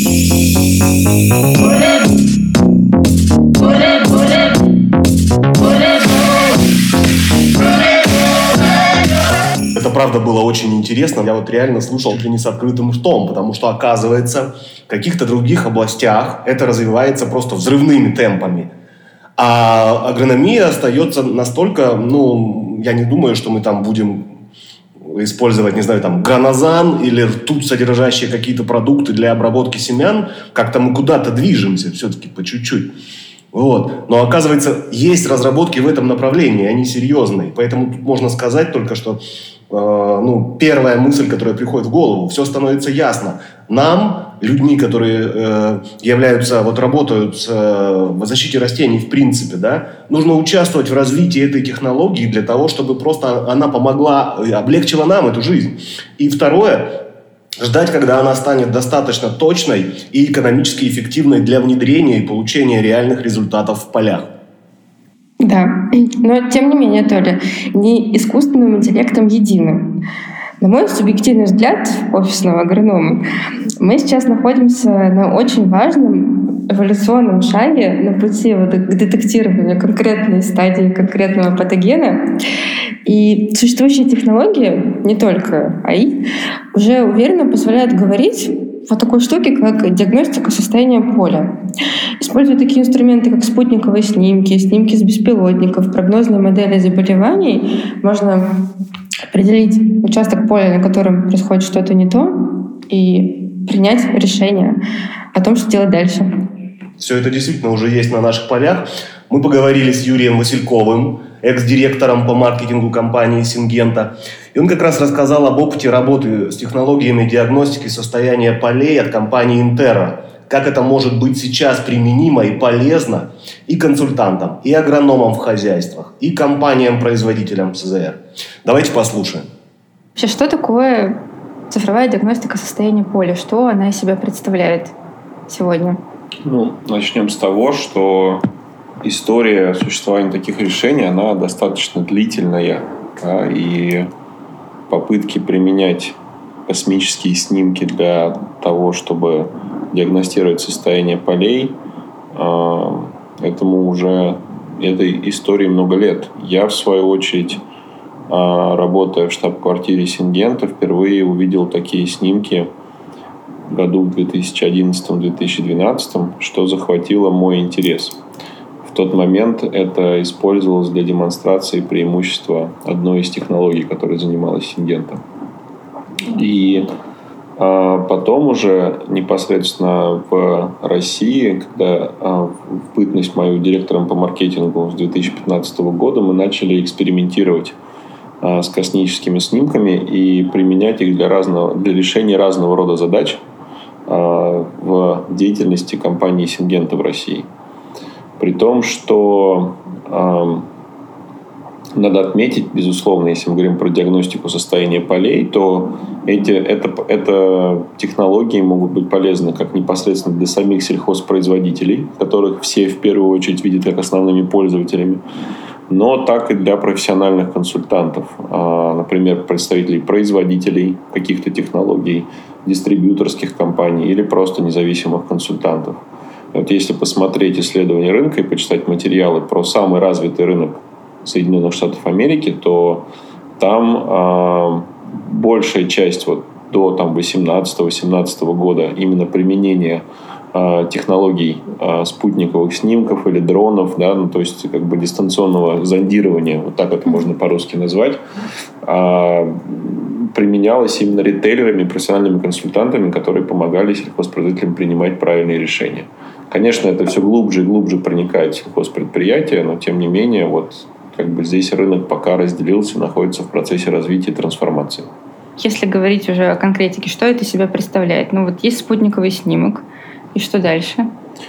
Это правда было очень интересно. Я вот реально слушал не с открытым ртом, потому что, оказывается, в каких-то других областях это развивается просто взрывными темпами. А агрономия остается настолько, я не думаю, что мы там будем использовать, не знаю, там, гранозан или ртуть, содержащие какие-то продукты для обработки семян. Как-то мы куда-то движемся все-таки по чуть-чуть. Вот. Но, оказывается, есть разработки в этом направлении, они серьезные. Поэтому тут можно сказать только, что первая мысль, которая приходит в голову, все становится ясно. Нам, людьми, которые работают в защите растений в принципе, да, нужно участвовать в развитии этой технологии для того, чтобы просто она помогла, облегчила нам эту жизнь. И второе, ждать, когда она станет достаточно точной и экономически эффективной для внедрения и получения реальных результатов в полях. Да, но тем не менее, Толя, не искусственным интеллектом единым. На мой субъективный взгляд офисного агронома, мы сейчас находимся на очень важном эволюционном шаге на пути к детектированию конкретной стадии конкретного патогена. И существующие технологии, не только АИ, уже уверенно позволяют говорить вот такой штуки, как диагностика состояния поля. Используя такие инструменты, как спутниковые снимки, снимки с беспилотников, прогнозные модели заболеваний, можно определить участок поля, на котором происходит что-то не то, и принять решение о том, что делать дальше. Все это действительно уже есть на наших полях. Мы поговорили с Юрием Васильковым, экс-директором по маркетингу компании «Сингента». И он как раз рассказал об опыте работы с технологиями диагностики состояния полей от компании «Интерра». Как это может быть сейчас применимо и полезно и консультантам, и агрономам в хозяйствах, и компаниям-производителям ЦЗР. Давайте послушаем. Вообще, что такое цифровая диагностика состояния поля? Что она из себя представляет сегодня? Начнем с того, что история существования таких решений, она достаточно длительная. Да, и попытки применять космические снимки для того, чтобы диагностировать состояние полей, этой истории много лет. Я, в свою очередь, работая в штаб-квартире Сингента, впервые увидел такие снимки в году в 2011-2012, что захватило мой интерес. В тот момент это использовалось для демонстрации преимущества одной из технологий, которой занималась Сингента. И потом уже непосредственно в России, когда в бытность мою директором по маркетингу с 2015 года, мы начали экспериментировать с космическими снимками и применять их для решения разного рода задач в деятельности компании Сингента в России. При том, что надо отметить, безусловно, если мы говорим про диагностику состояния полей, то это технологии могут быть полезны как непосредственно для самих сельхозпроизводителей, которых все в первую очередь видят как основными пользователями, но так и для профессиональных консультантов, например, представителей производителей каких-то технологий, дистрибьюторских компаний или просто независимых консультантов. Вот если посмотреть исследования рынка и почитать материалы про самый развитый рынок Соединенных Штатов Америки, то там большая часть до 18-18 года именно применения технологий спутниковых снимков или дронов, да, то есть как бы дистанционного зондирования, вот так это можно по-русски назвать, применялось именно ритейлерами, профессиональными консультантами, которые помогали сельхозпроизводителям принимать правильные решения. Конечно, это все глубже и глубже проникает в сельхозпредприятия, но тем не менее здесь рынок пока разделился, находится в процессе развития и трансформации. Если говорить уже о конкретике, что это из себя представляет? Есть спутниковый снимок, и что дальше?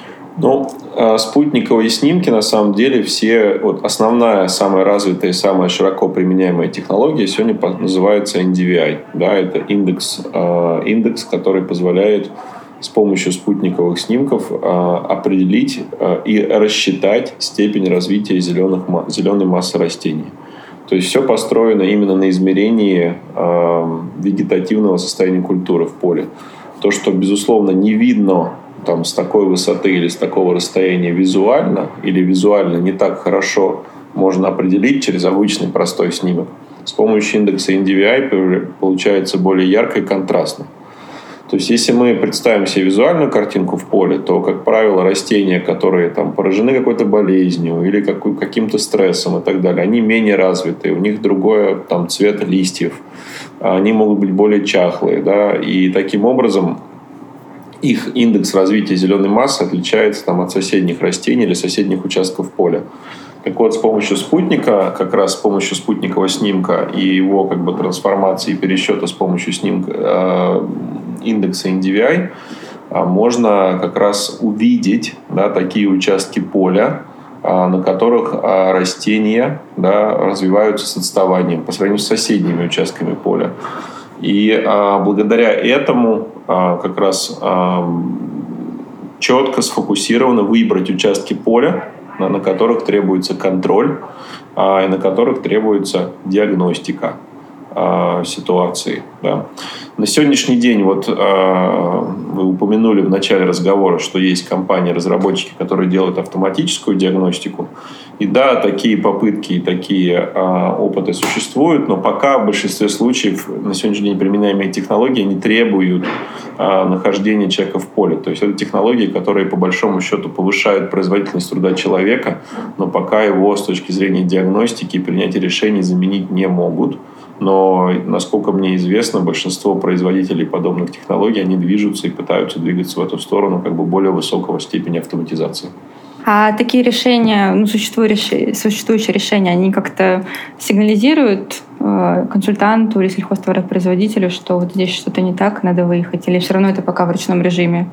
Спутниковые снимки, на самом деле, основная, самая развитая и самая широко применяемая технология сегодня называется NDVI. Да, это индекс, который позволяет с помощью спутниковых снимков определить и рассчитать степень развития зеленой массы растений. То есть все построено именно на измерении вегетативного состояния культуры в поле. То, что, безусловно, не видно с такой высоты или с такого расстояния визуально, или визуально не так хорошо, можно определить через обычный простой снимок. С помощью индекса NDVI получается более ярко и контрастно. То есть, если мы представим себе визуальную картинку в поле, то, как правило, растения, которые поражены какой-то болезнью или каким-то стрессом и так далее, они менее развитые, у них другой цвет листьев, они могут быть более чахлые, да, и таким образом их индекс развития зеленой массы отличается от соседних растений или соседних участков поля. Так вот, с помощью спутника, как раз с помощью спутникового снимка и его трансформации и пересчета с помощью индекса NDVI можно как раз увидеть, да, такие участки поля, на которых растения, да, развиваются с отставанием по сравнению с соседними участками поля. И благодаря этому как раз четко, сфокусированно выбрать участки поля, на которых требуется контроль и на которых требуется диагностика. ситуации. Да. На сегодняшний день, вот вы упомянули в начале разговора, что есть компании-разработчики, которые делают автоматическую диагностику. И да, такие попытки и такие опыты существуют, но пока в большинстве случаев на сегодняшний день применяемые технологии не требуют нахождения человека в поле. То есть это технологии, которые по большому счету повышают производительность труда человека, но пока его с точки зрения диагностики и принятия решений заменить не могут. Но, насколько мне известно, большинство производителей подобных технологий, они движутся и пытаются двигаться в эту сторону как бы более высокого степени автоматизации. А такие решения, существующие решения, они как-то сигнализируют консультанту или сельхозтоваропроизводителю, что вот здесь что-то не так, надо выехать? Или все равно это пока в ручном режиме?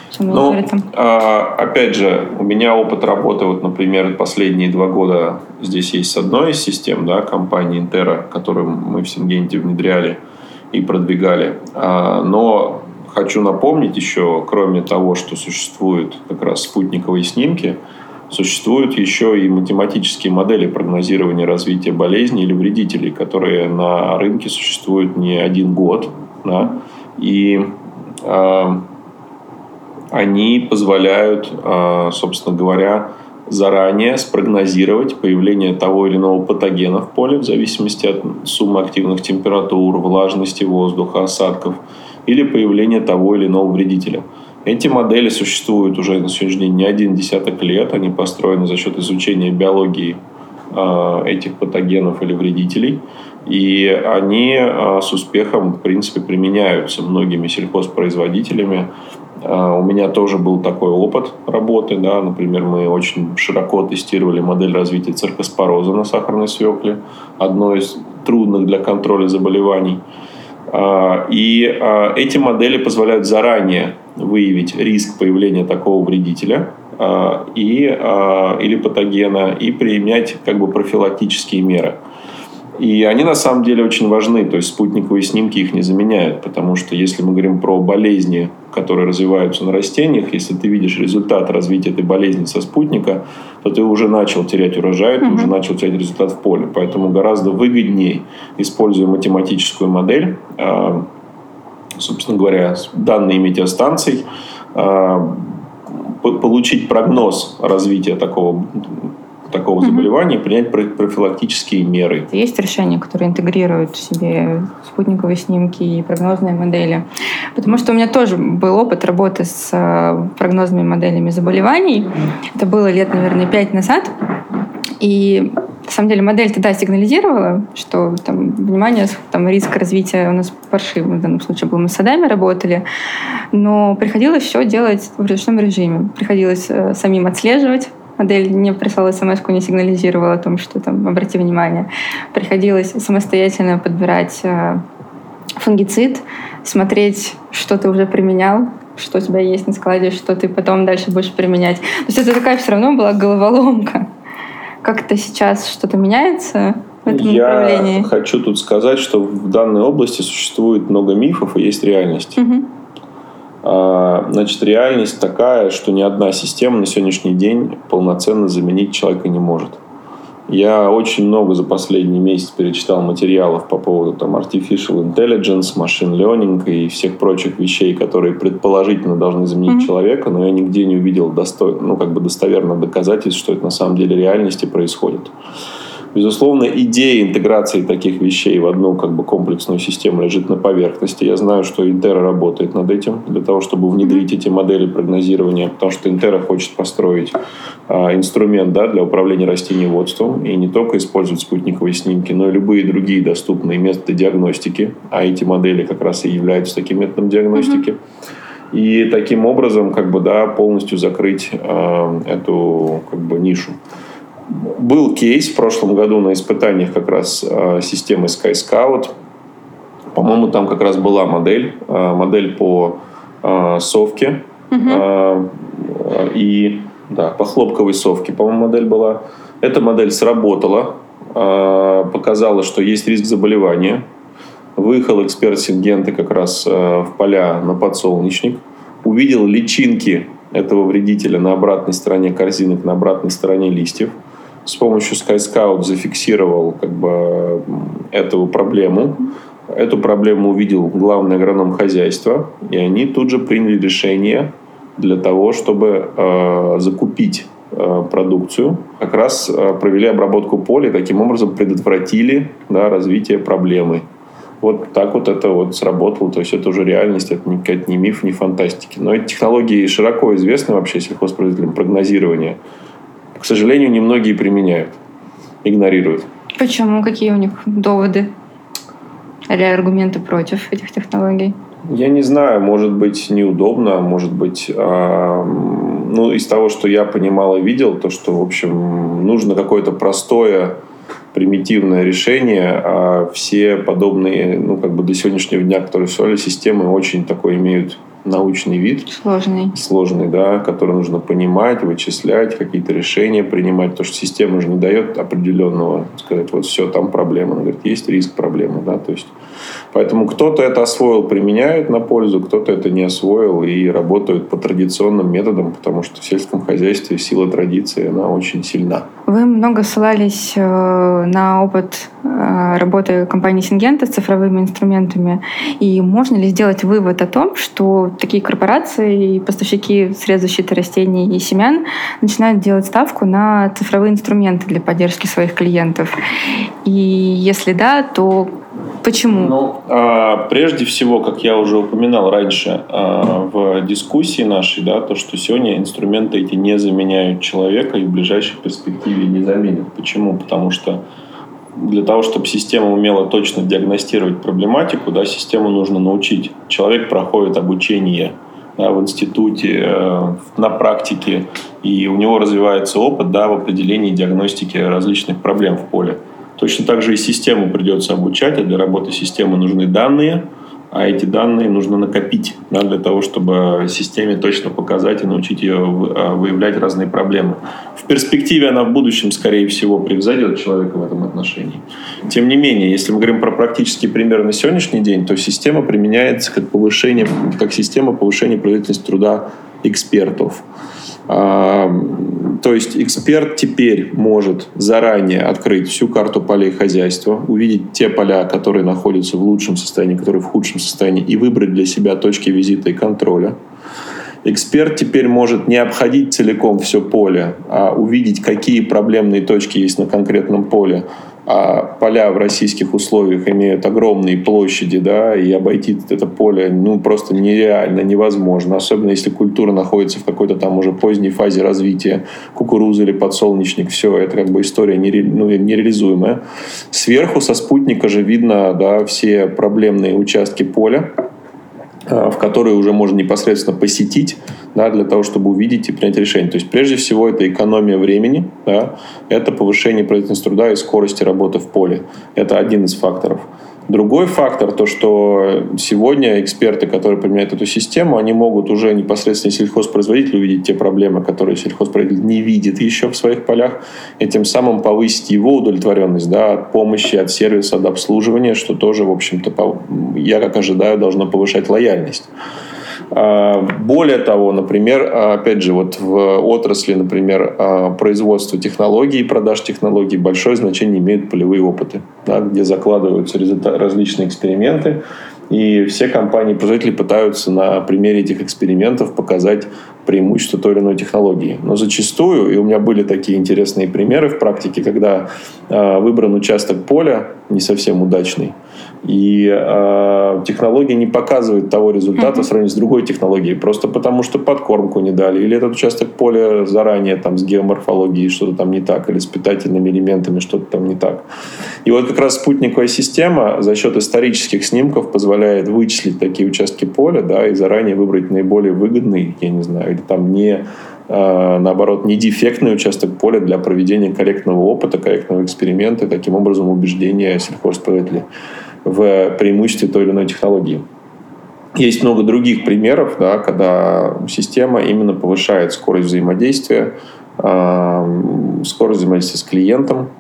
Опять же, у меня опыт работы, вот, например, последние 2 года здесь есть с одной из систем, да, компании Intera, которую мы в Сингенте внедряли и продвигали. Но хочу напомнить еще, кроме того, что существуют как раз спутниковые снимки, существуют еще и математические модели прогнозирования развития болезней или вредителей, которые на рынке существуют не 1 год. Да, и они позволяют, собственно говоря, заранее спрогнозировать появление того или иного патогена в поле в зависимости от суммы активных температур, влажности воздуха, осадков или появление того или иного вредителя. Эти модели существуют уже на сегодняшний день не 1 десяток лет. Они построены за счет изучения биологии этих патогенов или вредителей. И они с успехом, в принципе, применяются многими сельхозпроизводителями. У меня тоже был такой опыт работы. Да. Например, мы очень широко тестировали модель развития циркоспороза на сахарной свекле. Одно из трудных для контроля заболеваний. И эти модели позволяют заранее выявить риск появления такого вредителя или патогена и применять как бы профилактические меры. И они на самом деле очень важны, то есть спутниковые снимки их не заменяют, потому что если мы говорим про болезни, которые развиваются на растениях, если ты видишь результат развития этой болезни со спутника, то ты уже начал терять урожай, ты уже начал терять результат в поле. Поэтому гораздо выгоднее, используя математическую модель, собственно говоря, данные метеостанций, получить прогноз развития такого заболевания, принять профилактические меры. Есть решения, которые интегрируют в себе спутниковые снимки и прогнозные модели. Потому что у меня тоже был опыт работы с прогнозными моделями заболеваний. Это было лет, наверное, 5 назад. И на самом деле модель тогда сигнализировала, что внимание, риск развития у нас паршивый. В данном случае мы с садами работали. Но приходилось все делать в ручном режиме. Приходилось самим отслеживать. Модель не прислала смс-ку, не сигнализировала о том, что обрати внимание. Приходилось самостоятельно подбирать фунгицид, смотреть, что ты уже применял, что у тебя есть на складе, что ты потом дальше будешь применять. То есть это такая все равно была головоломка. Как-то сейчас что-то меняется в этом направлении? Я хочу тут сказать, что в данной области существует много мифов и есть реальность. Значит, реальность такая, что ни одна система на сегодняшний день полноценно заменить человека не может. Я очень много за последний месяц перечитал материалов по поводу artificial intelligence, machine learning и всех прочих вещей, которые предположительно должны заменить человека, но я нигде не увидел достоверных доказательств, что это на самом деле реальности происходит. Безусловно, идея интеграции таких вещей в одну комплексную систему лежит на поверхности. Я знаю, что Intera работает над этим для того, чтобы внедрить эти модели прогнозирования, потому что Intera хочет построить инструмент для управления растениеводством и не только использовать спутниковые снимки, но и любые другие доступные методы диагностики. А эти модели как раз и являются таким методом диагностики. И таким образом полностью закрыть эту нишу. Был кейс в прошлом году на испытаниях как раз системы SkyScout. По-моему, там как раз была модель по совке. По хлопковой совке, по-моему, модель была. Эта модель сработала, показала, что есть риск заболевания. Выехал эксперт Сингенты как раз в поля на подсолнечник. Увидел личинки этого вредителя на обратной стороне корзинок, на обратной стороне листьев. с помощью SkyScout зафиксировал эту проблему. Эту проблему увидел главный агроном хозяйства, и они тут же приняли решение для того, чтобы закупить продукцию, как раз провели обработку поля и таким образом предотвратили развитие проблемы. Вот так вот это вот сработало, то есть это уже реальность, это не миф, не фантастики. Но эти технологии широко известны вообще сельхозпроизводителям прогнозирования. К сожалению, немногие применяют, игнорируют. Почему? Какие у них доводы или аргументы против этих технологий? Я не знаю, может быть, неудобно, может быть, из того, что я понимал и видел, то, что, в общем, нужно какое-то простое, примитивное решение, а все подобные, до сегодняшнего дня, которые существовали, системы очень такой имеют научный вид. Сложный, да, который нужно понимать, вычислять, какие-то решения принимать, потому что система же не дает определенного, сказать, вот все, там проблема. Она говорит, есть риск проблемы, да, то есть поэтому кто-то это освоил, применяет на пользу, кто-то это не освоил и работают по традиционным методам, потому что в сельском хозяйстве сила традиции, она очень сильна. Вы много ссылались на опыт работы компании Syngenta с цифровыми инструментами. И можно ли сделать вывод о том, что такие корпорации и поставщики средств защиты растений и семян начинают делать ставку на цифровые инструменты для поддержки своих клиентов? И если да, то почему? Прежде всего, как я уже упоминал раньше в дискуссии нашей, то, что сегодня инструменты эти не заменяют человека и в ближайшей перспективе не заменят. Почему? Потому что для того, чтобы система умела точно диагностировать проблематику, систему нужно научить. Человек проходит обучение в институте, на практике, и у него развивается опыт в определении диагностики различных проблем в поле. Точно так же и систему придется обучать, а для работы системы нужны данные, а эти данные нужно накопить для того, чтобы системе точно показать и научить ее выявлять разные проблемы. В перспективе она в будущем, скорее всего, превзойдет человека в этом отношении. Тем не менее, если мы говорим про практические примеры на сегодняшний день, то система применяется как система повышения производительности труда экспертов. То есть эксперт теперь может заранее открыть всю карту полей хозяйства, увидеть те поля, которые находятся в лучшем состоянии, которые в худшем состоянии, и выбрать для себя точки визита и контроля. Эксперт теперь может не обходить целиком все поле, а увидеть, какие проблемные точки есть на конкретном поле. А поля в российских условиях имеют огромные площади, и обойти это поле просто нереально, невозможно. Особенно если культура находится в какой-то там уже поздней фазе развития, кукуруза или подсолнечник, все, это история нереализуемая. Сверху со спутника же видно все проблемные участки поля, в которые уже можно непосредственно посетить, для того, чтобы увидеть и принять решение. То есть, прежде всего, это экономия времени, это повышение производительности труда и скорости работы в поле. Это один из факторов. Другой фактор, то, что сегодня эксперты, которые применяют эту систему, они могут уже непосредственно сельхозпроизводителю увидеть те проблемы, которые сельхозпроизводитель не видит еще в своих полях, и тем самым повысить его удовлетворенность от помощи, от сервиса, от обслуживания, что тоже, в общем-то, я как ожидаю, должно повышать лояльность. Более того, например, опять же, в отрасли, например, производства технологий и продаж технологий большое значение имеют полевые опыты, где закладываются различные эксперименты, и все компании-производители пытаются на примере этих экспериментов показать преимущество той или иной технологии. Но зачастую, и у меня были такие интересные примеры в практике, когда выбран участок поля не совсем удачный, и технология не показывает того результата в сравнении с другой технологией, просто потому что подкормку не дали, или этот участок поля заранее с геоморфологией что-то там не так, или с питательными элементами что-то там не так. И как раз спутниковая система за счет исторических снимков позволяет вычислить такие участки поля, и заранее выбрать наиболее выгодный, я не знаю, или наоборот, не дефектный участок поля для проведения корректного опыта, корректного эксперимента, и таким образом убеждения сельхозпроизводителей в преимуществе той или иной технологии. Есть много других примеров, когда система именно повышает скорость взаимодействия с клиентом,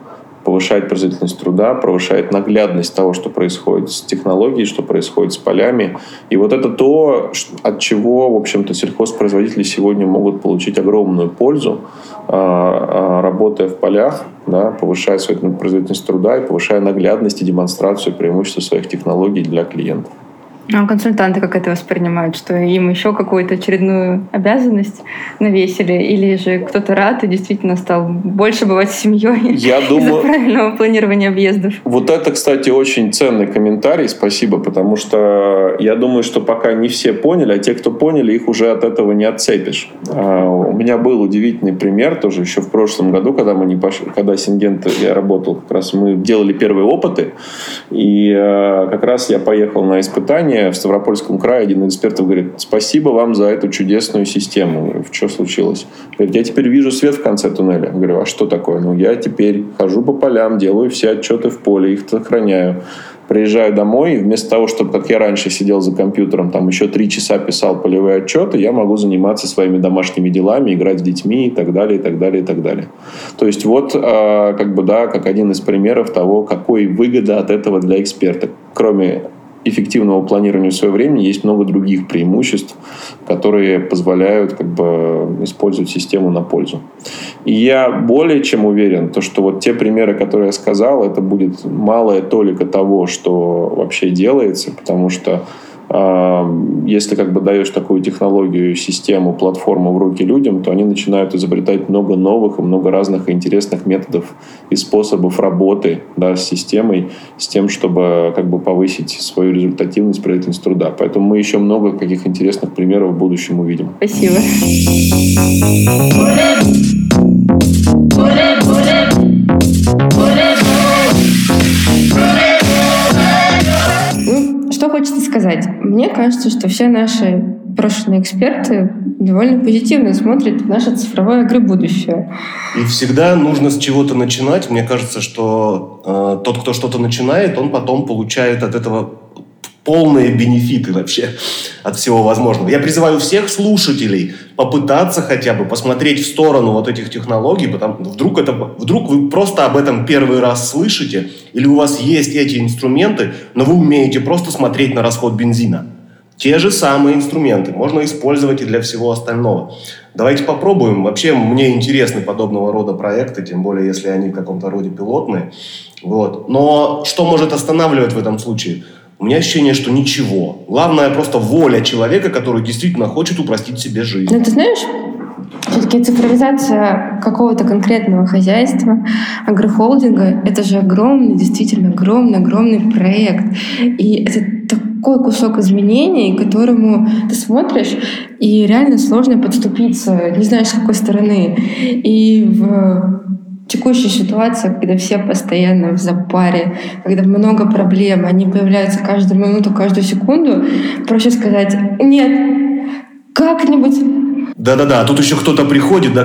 повышает производительность труда, повышает наглядность того, что происходит с технологией, что происходит с полями. И вот это то, от чего, в общем-то, сельхозпроизводители сегодня могут получить огромную пользу, работая в полях, да, повышая свою производительность труда и повышая наглядность и демонстрацию преимуществ своих технологий для клиентов. А консультанты как это воспринимают? Что им еще какую-то очередную обязанность навесили? Или же кто-то рад и действительно стал больше бывать с семьей из-за правильного планирования объездов? Вот это, кстати, очень ценный комментарий, спасибо, потому что я думаю, что пока не все поняли, а те, кто поняли, их уже от этого не отцепишь. У меня был удивительный пример тоже еще в прошлом году, когда Сингента я работал, как раз мы делали первые опыты, и как раз я поехал на испытание в Ставропольском крае. Один из экспертов говорит: спасибо вам за эту чудесную систему. Говорю: что случилось? Говорит: я теперь вижу свет в конце туннеля. Говорю: а что такое? Я теперь хожу по полям, делаю все отчеты в поле, их сохраняю. Приезжаю домой, и вместо того, чтобы, как я раньше сидел за компьютером, там еще 3 часа писал полевые отчеты, я могу заниматься своими домашними делами, играть с детьми и так далее, и так далее, и так далее. То есть вот, как один из примеров того, какой выгода от этого для эксперта. Кроме эффективного планирования своего времени есть много других преимуществ, которые позволяют использовать систему на пользу. И я более чем уверен, что вот те примеры, которые я сказал, это будет малая толика того, что вообще делается, потому что если даешь такую технологию, систему, платформу в руки людям, то они начинают изобретать много новых и много разных интересных методов и способов работы, да, с системой, с тем, чтобы повысить свою результативность, производительность труда. Поэтому мы еще много каких интересных примеров в будущем увидим. Спасибо. Что хочется сказать? Мне кажется, что все наши прошлые эксперты довольно позитивно смотрят в наше цифровое агробудущее. И всегда нужно с чего-то начинать. Мне кажется, что тот, кто что-то начинает, он потом получает от этого полные бенефиты вообще от всего возможного. Я призываю всех слушателей попытаться хотя бы посмотреть в сторону вот этих технологий, потому вдруг вы просто об этом первый раз слышите, или у вас есть эти инструменты, но вы умеете просто смотреть на расход бензина. Те же самые инструменты можно использовать и для всего остального. Давайте попробуем. Вообще, мне интересны подобного рода проекты, тем более, если они в каком-то роде пилотные. Вот. Но что может останавливать в этом случае? У меня ощущение, что ничего. Главное просто воля человека, который действительно хочет упростить себе жизнь. Но ты знаешь, все-таки цифровизация какого-то конкретного хозяйства, агрохолдинга, это же огромный, действительно огромный проект. И это такой кусок изменений, к которому ты смотришь, и реально сложно подступиться, не знаешь, с какой стороны. И в текущая ситуация, когда все постоянно в запаре, когда много проблем, они появляются каждую минуту, каждую секунду, проще сказать: нет, как-нибудь. Да-да-да, тут еще кто-то приходит,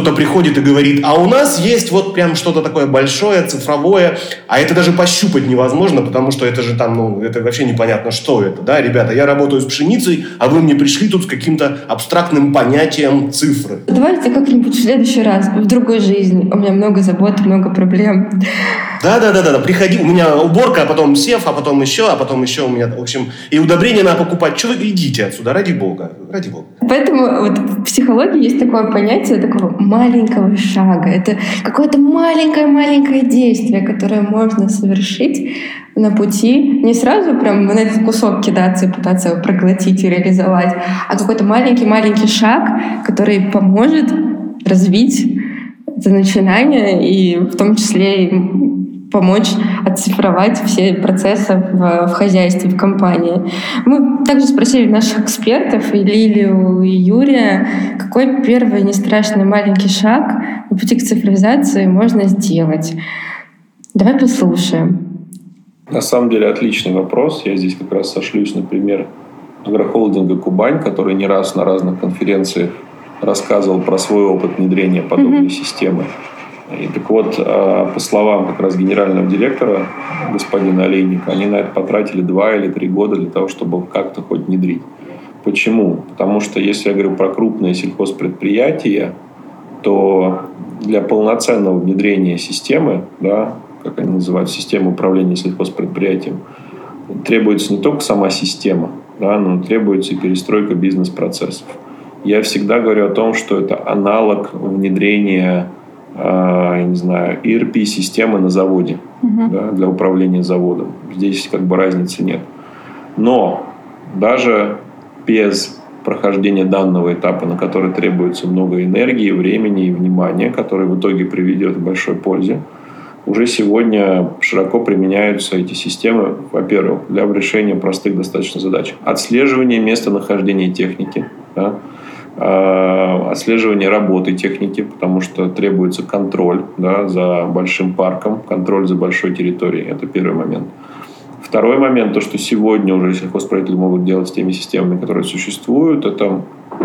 и говорит: а у нас есть вот прям что-то такое большое, цифровое, а это даже пощупать невозможно, потому что это же это вообще непонятно, что это, да, ребята, я работаю с пшеницей, а вы мне пришли тут с каким-то абстрактным понятием цифры. Давайте как-нибудь в следующий раз, в другой жизни, у меня много забот, много проблем. Да, приходи, у меня уборка, а потом сев, а потом еще у меня, в общем, и удобрения надо покупать. Чего вы идите отсюда, ради бога. Поэтому вот в психологии есть такое понятие такого маленького шага. Это какое-то маленькое действие, которое можно совершить на пути, не сразу прям на этот кусок кидаться и пытаться его проглотить и реализовать, а какой-то маленький шаг, который поможет развить это начинание и в том числе помочь оцифровать все процессы в хозяйстве, в компании. Мы также спросили наших экспертов, и Лилию, и Юрия, какой первый не страшный маленький шаг на пути к цифровизации можно сделать. Давай послушаем. На самом деле отличный вопрос. Я здесь как раз сошлюсь на пример агрохолдинга «Кубань», который не раз на разных конференциях рассказывал про свой опыт внедрения подобной системы. И так вот, по словам как раз генерального директора, господина Олейника, они на это потратили 2 или 3 года для того, чтобы как-то хоть внедрить. Почему? Потому что если я говорю про крупные сельхозпредприятия, то для полноценного внедрения системы, да, как они называют, система управления сельхозпредприятием, требуется не только сама система, да, но требуется и перестройка бизнес-процессов. Я всегда говорю о том, что это аналог внедрения, я не знаю, ERP-системы на заводе, да, для управления заводом. Здесь как бы разницы нет. Но даже без прохождения данного этапа, на который требуется много энергии, времени и внимания, который в итоге приведет к большой пользе, уже сегодня широко применяются эти системы, во-первых, для решения простых достаточно задач. Отслеживание местонахождения техники, да, отслеживание работы техники, потому что требуется контроль, да, за большим парком, контроль за большой территорией. Это первый момент. Второй момент, то, что сегодня уже сельхозправители могут делать с теми системами, которые существуют, это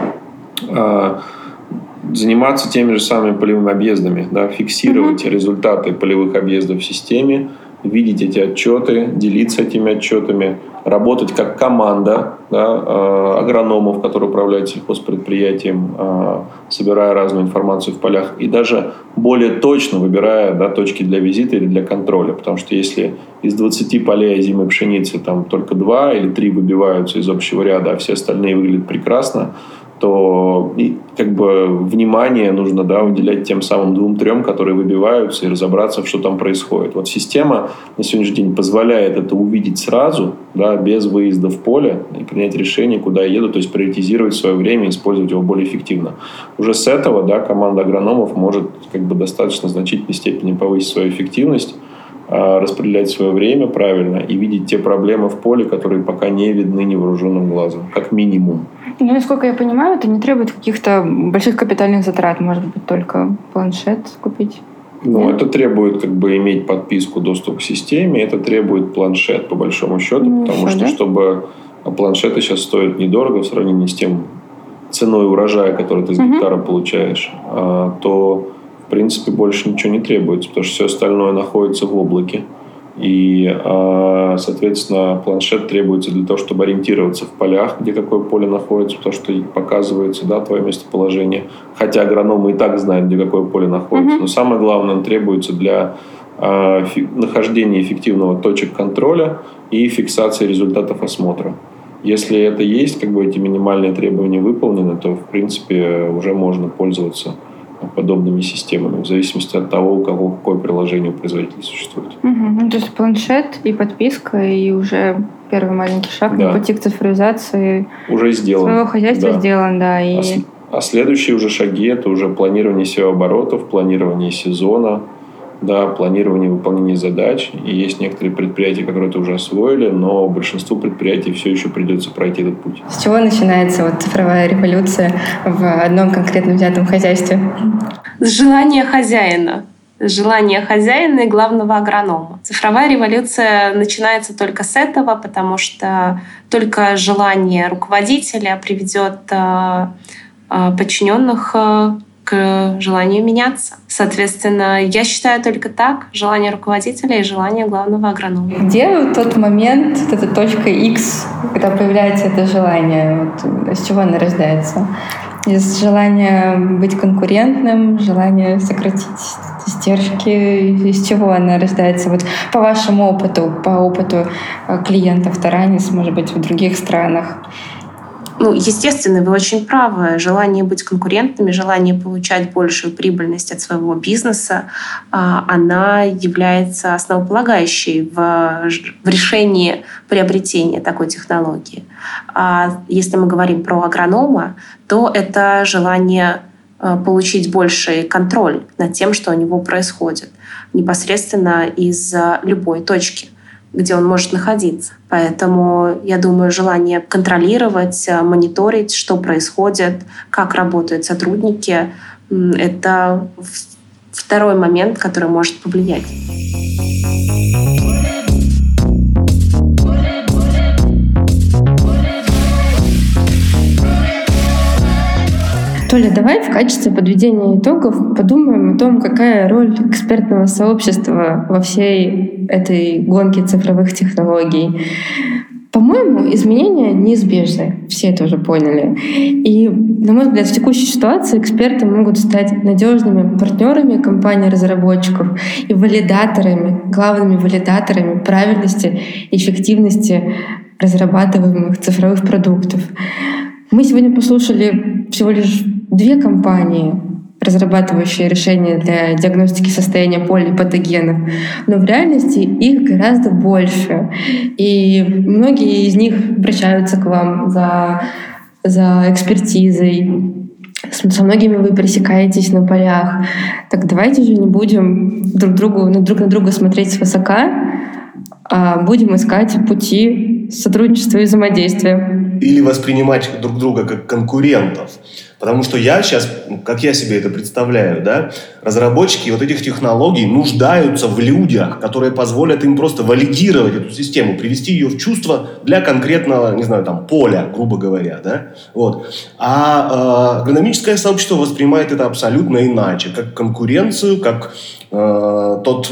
заниматься теми же самыми полевыми объездами, да, фиксировать результаты полевых объездов в системе, видеть эти отчеты, делиться этими отчетами, работать как команда, да, агрономов, которые управляют сельхозпредприятием, собирая разную информацию в полях и даже более точно выбирая, да, точки для визита или для контроля. Потому что если из 20 полей озимой пшеницы там только 2 или 3 выбиваются из общего ряда, а все остальные выглядят прекрасно, то как бы внимание нужно, да, уделять тем самым 2-3, которые выбиваются, и разобраться, что там происходит. Вот система на сегодняшний день позволяет это увидеть сразу, да, без выезда в поле, и принять решение, куда я еду, то есть приоритизировать свое время и использовать его более эффективно. Уже с этого, да, команда агрономов может как бы достаточно значительной степени повысить свою эффективность, распределять свое время правильно и видеть те проблемы в поле, которые пока не видны невооруженным глазом, как минимум. Ну, насколько я понимаю, это не требует каких-то больших капитальных затрат, может быть, только планшет купить? Ну, это требует как бы иметь подписку, доступ к системе, это требует планшет, по большому счету, потому что, чтобы планшеты сейчас стоят недорого в сравнении с тем ценой урожая, который ты с гектара получаешь, то в принципе больше ничего не требуется, потому что все остальное находится в облаке. И, соответственно, планшет требуется для того, чтобы ориентироваться в полях, где какое поле находится, потому что показывается, да, твое местоположение. Хотя агрономы и так знают, где какое поле находится. Но самое главное, он требуется для нахождения эффективного точек контроля и фиксации результатов осмотра. Если это есть, как бы эти минимальные требования выполнены, то, в принципе, уже можно пользоваться подобными системами, в зависимости от того, у кого какое приложение у производителя существует. Ну, то есть планшет и подписка, и уже первый маленький шаг на пути к цифровизации уже сделан. Своего хозяйства сделан, да. И... А следующие уже шаги — это уже планирование SEO-оборотов, планирование сезона, да, планирование выполнения задач. И есть некоторые предприятия, которые это уже освоили, но большинству предприятий все еще придется пройти этот путь. С чего начинается вот цифровая революция в одном конкретно взятом хозяйстве? С желания хозяина. Желание хозяина и главного агронома. Цифровая революция начинается только с этого, потому что только желание руководителя приведет подчиненных к желанию меняться. Соответственно, я считаю только так: желание руководителя и желание главного агронома. Где тот момент, вот эта точка X, когда появляется это желание? Вот, с чего оно рождается? Из желания быть конкурентным, желания сократить издержки, из чего она рождается? Вот по вашему опыту, по опыту клиентов Таранис, может быть, в других странах. Ну, естественно, вы очень правы. Желание быть конкурентными, желание получать большую прибыльность от своего бизнеса, она является основополагающей в решении приобретения такой технологии. А если мы говорим про агронома, то это желание получить больший контроль над тем, что у него происходит, непосредственно из любой точки, где он может находиться. Поэтому, я думаю, желание контролировать, мониторить, что происходит, как работают сотрудники, это второй момент, который может повлиять. Толя, давай в качестве подведения итогов подумаем о том, какая роль экспертного сообщества во всей этой гонке цифровых технологий. По-моему, изменения неизбежны. Все это уже поняли. И на мой взгляд, в текущей ситуации эксперты могут стать надежными партнерами компаний-разработчиков и валидаторами, главными валидаторами правильности и эффективности разрабатываемых цифровых продуктов. Мы сегодня послушали всего лишь 2 компании, разрабатывающие решения для диагностики состояния поля и патогенов, но в реальности их гораздо больше. И многие из них обращаются к вам за экспертизой. Со многими вы пересекаетесь на полях. Так давайте же не будем друг на друга смотреть свысока, а будем искать пути сотрудничества и взаимодействия. Или воспринимать друг друга как конкурентов. Потому что я сейчас, как я себе это представляю, да, разработчики вот этих технологий нуждаются в людях, которые позволят им просто валидировать эту систему, привести ее в чувство для конкретного, не знаю, там, поля, грубо говоря, да, вот. А агрономическое сообщество воспринимает это абсолютно иначе, как конкуренцию, как тот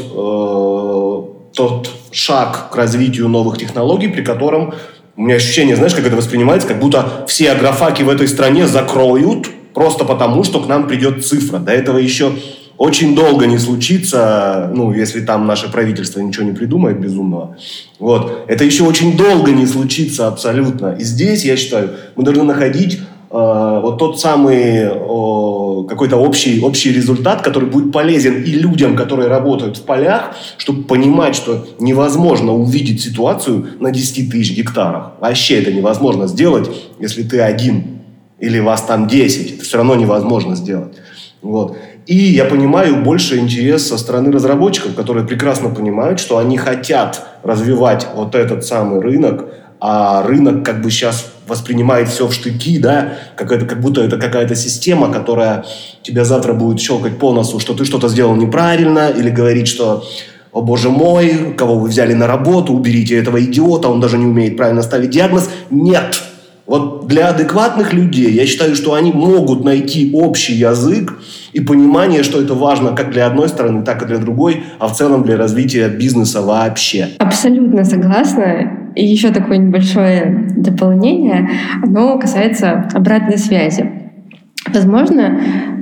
шаг к развитию новых технологий, при котором у меня ощущение, знаешь, как это воспринимается, как будто все агрофаки в этой стране закроют просто потому, что к нам придет цифра. До этого еще очень долго не случится, если там наше правительство ничего не придумает безумного. Вот. Это еще очень долго не случится абсолютно. И здесь, я считаю, мы должны находить вот тот самый какой-то общий результат, который будет полезен и людям, которые работают в полях, чтобы понимать, что невозможно увидеть ситуацию на 10 тысяч гектарах. Вообще это невозможно сделать, если ты один или вас там 10. Это все равно невозможно сделать. Вот. И я понимаю больше интерес со стороны разработчиков, которые прекрасно понимают, что они хотят развивать вот этот самый рынок, а рынок как бы сейчас воспринимает все в штыки, да, как будто это какая-то система, которая тебя завтра будет щелкать по носу, что ты что-то сделал неправильно, или говорить, что «О, боже мой, кого вы взяли на работу, уберите этого идиота, он даже не умеет правильно ставить диагноз». Нет! Вот для адекватных людей, я считаю, что они могут найти общий язык и понимание, что это важно как для одной стороны, так и для другой, а в целом для развития бизнеса вообще. Абсолютно согласна. И еще такое небольшое дополнение, оно касается обратной связи. Возможно,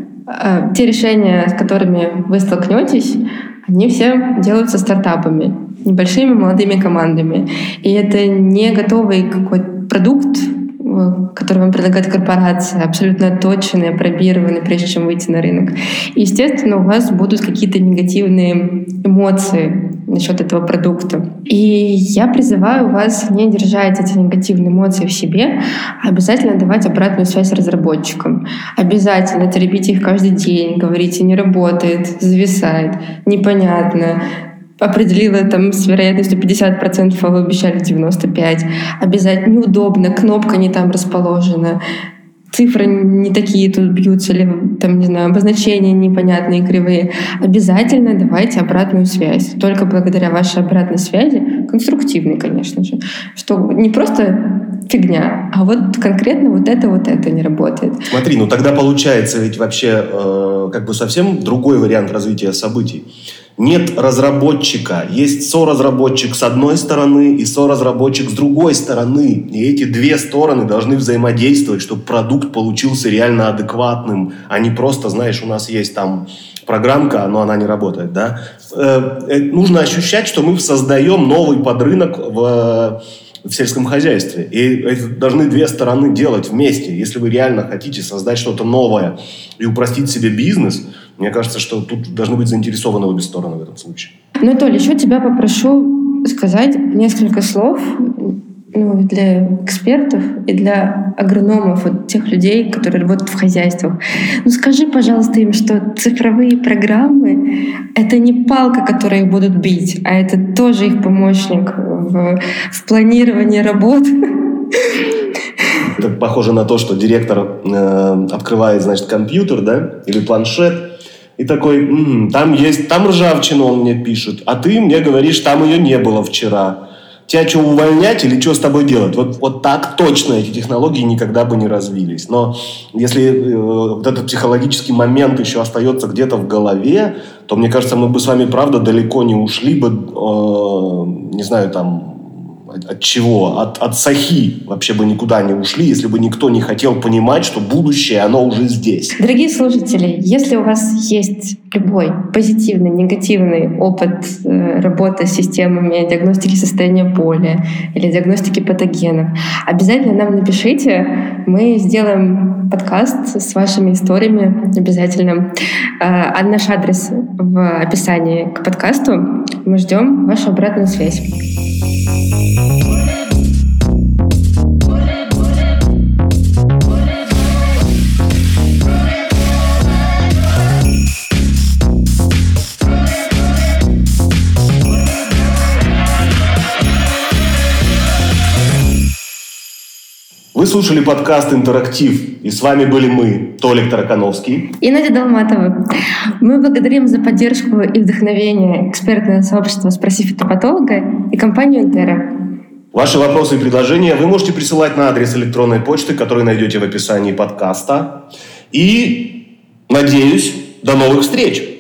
те решения, с которыми вы столкнетесь, они все делаются стартапами, небольшими молодыми командами. И это не готовый какой-то продукт, который вам предлагает корпорация, абсолютно отточенный, опробированный, прежде чем выйти на рынок. И, естественно, у вас будут какие-то негативные эмоции насчет этого продукта. И я призываю вас не держать эти негативные эмоции в себе, а обязательно давать обратную связь разработчикам. Обязательно теребите их каждый день, говорите, не работает, зависает, непонятно, определила там с вероятностью 50%, а вы обещали 95%. Обязательно неудобно, кнопка не там расположена, цифры не такие тут бьются, или там, не знаю, обозначения непонятные, кривые. Обязательно давайте обратную связь. Только благодаря вашей обратной связи, конструктивной, конечно же, что не просто фигня, а вот конкретно вот это не работает. Смотри, тогда получается ведь вообще как бы совсем другой вариант развития событий. Нет разработчика, есть соразработчик с одной стороны и соразработчик с другой стороны. И эти две стороны должны взаимодействовать, чтобы продукт получился реально адекватным, а не просто, знаешь, у нас есть там программка, но она не работает, да? Нужно ощущать, что мы создаем новый подрынок в сельском хозяйстве. И это должны две стороны делать вместе. Если вы реально хотите создать что-то новое и упростить себе бизнес, мне кажется, что тут должны быть заинтересованы обе стороны в этом случае. Толь, еще тебя попрошу сказать несколько слов для экспертов и для агрономов, вот тех людей, которые работают в хозяйствах. Скажи, пожалуйста, им, что цифровые программы — это не палка, которой их будут бить, а это тоже их помощник в планировании работ. Это похоже на то, что директор открывает, значит, компьютер, да, или планшет, и такой, там ржавчину он мне пишет, а ты мне говоришь, там ее не было вчера. Тебя что, увольнять или что с тобой делать? Вот так точно эти технологии никогда бы не развились. Но если вот этот психологический момент еще остается где-то в голове, то, мне кажется, мы бы с вами, правда, далеко не ушли бы, не знаю, там, от чего? От сахи вообще бы никуда не ушли, если бы никто не хотел понимать, что будущее, оно уже здесь. Дорогие слушатели, если у вас есть любой позитивный, негативный опыт работы с системами диагностики состояния поля или диагностики патогенов, обязательно нам напишите. Мы сделаем подкаст с вашими историями обязательно. А наш адрес в описании к подкасту. Мы ждем вашу обратную связь. Вы слушали подкаст «Интерактив», и с вами были мы, Толик Таракановский и Надя Долматова. Мы благодарим за поддержку и вдохновение экспертное сообщество «Спроси фитопатолога» и компанию «Интера». Ваши вопросы и предложения вы можете присылать на адрес электронной почты, который найдете в описании подкаста. И, надеюсь, до новых встреч!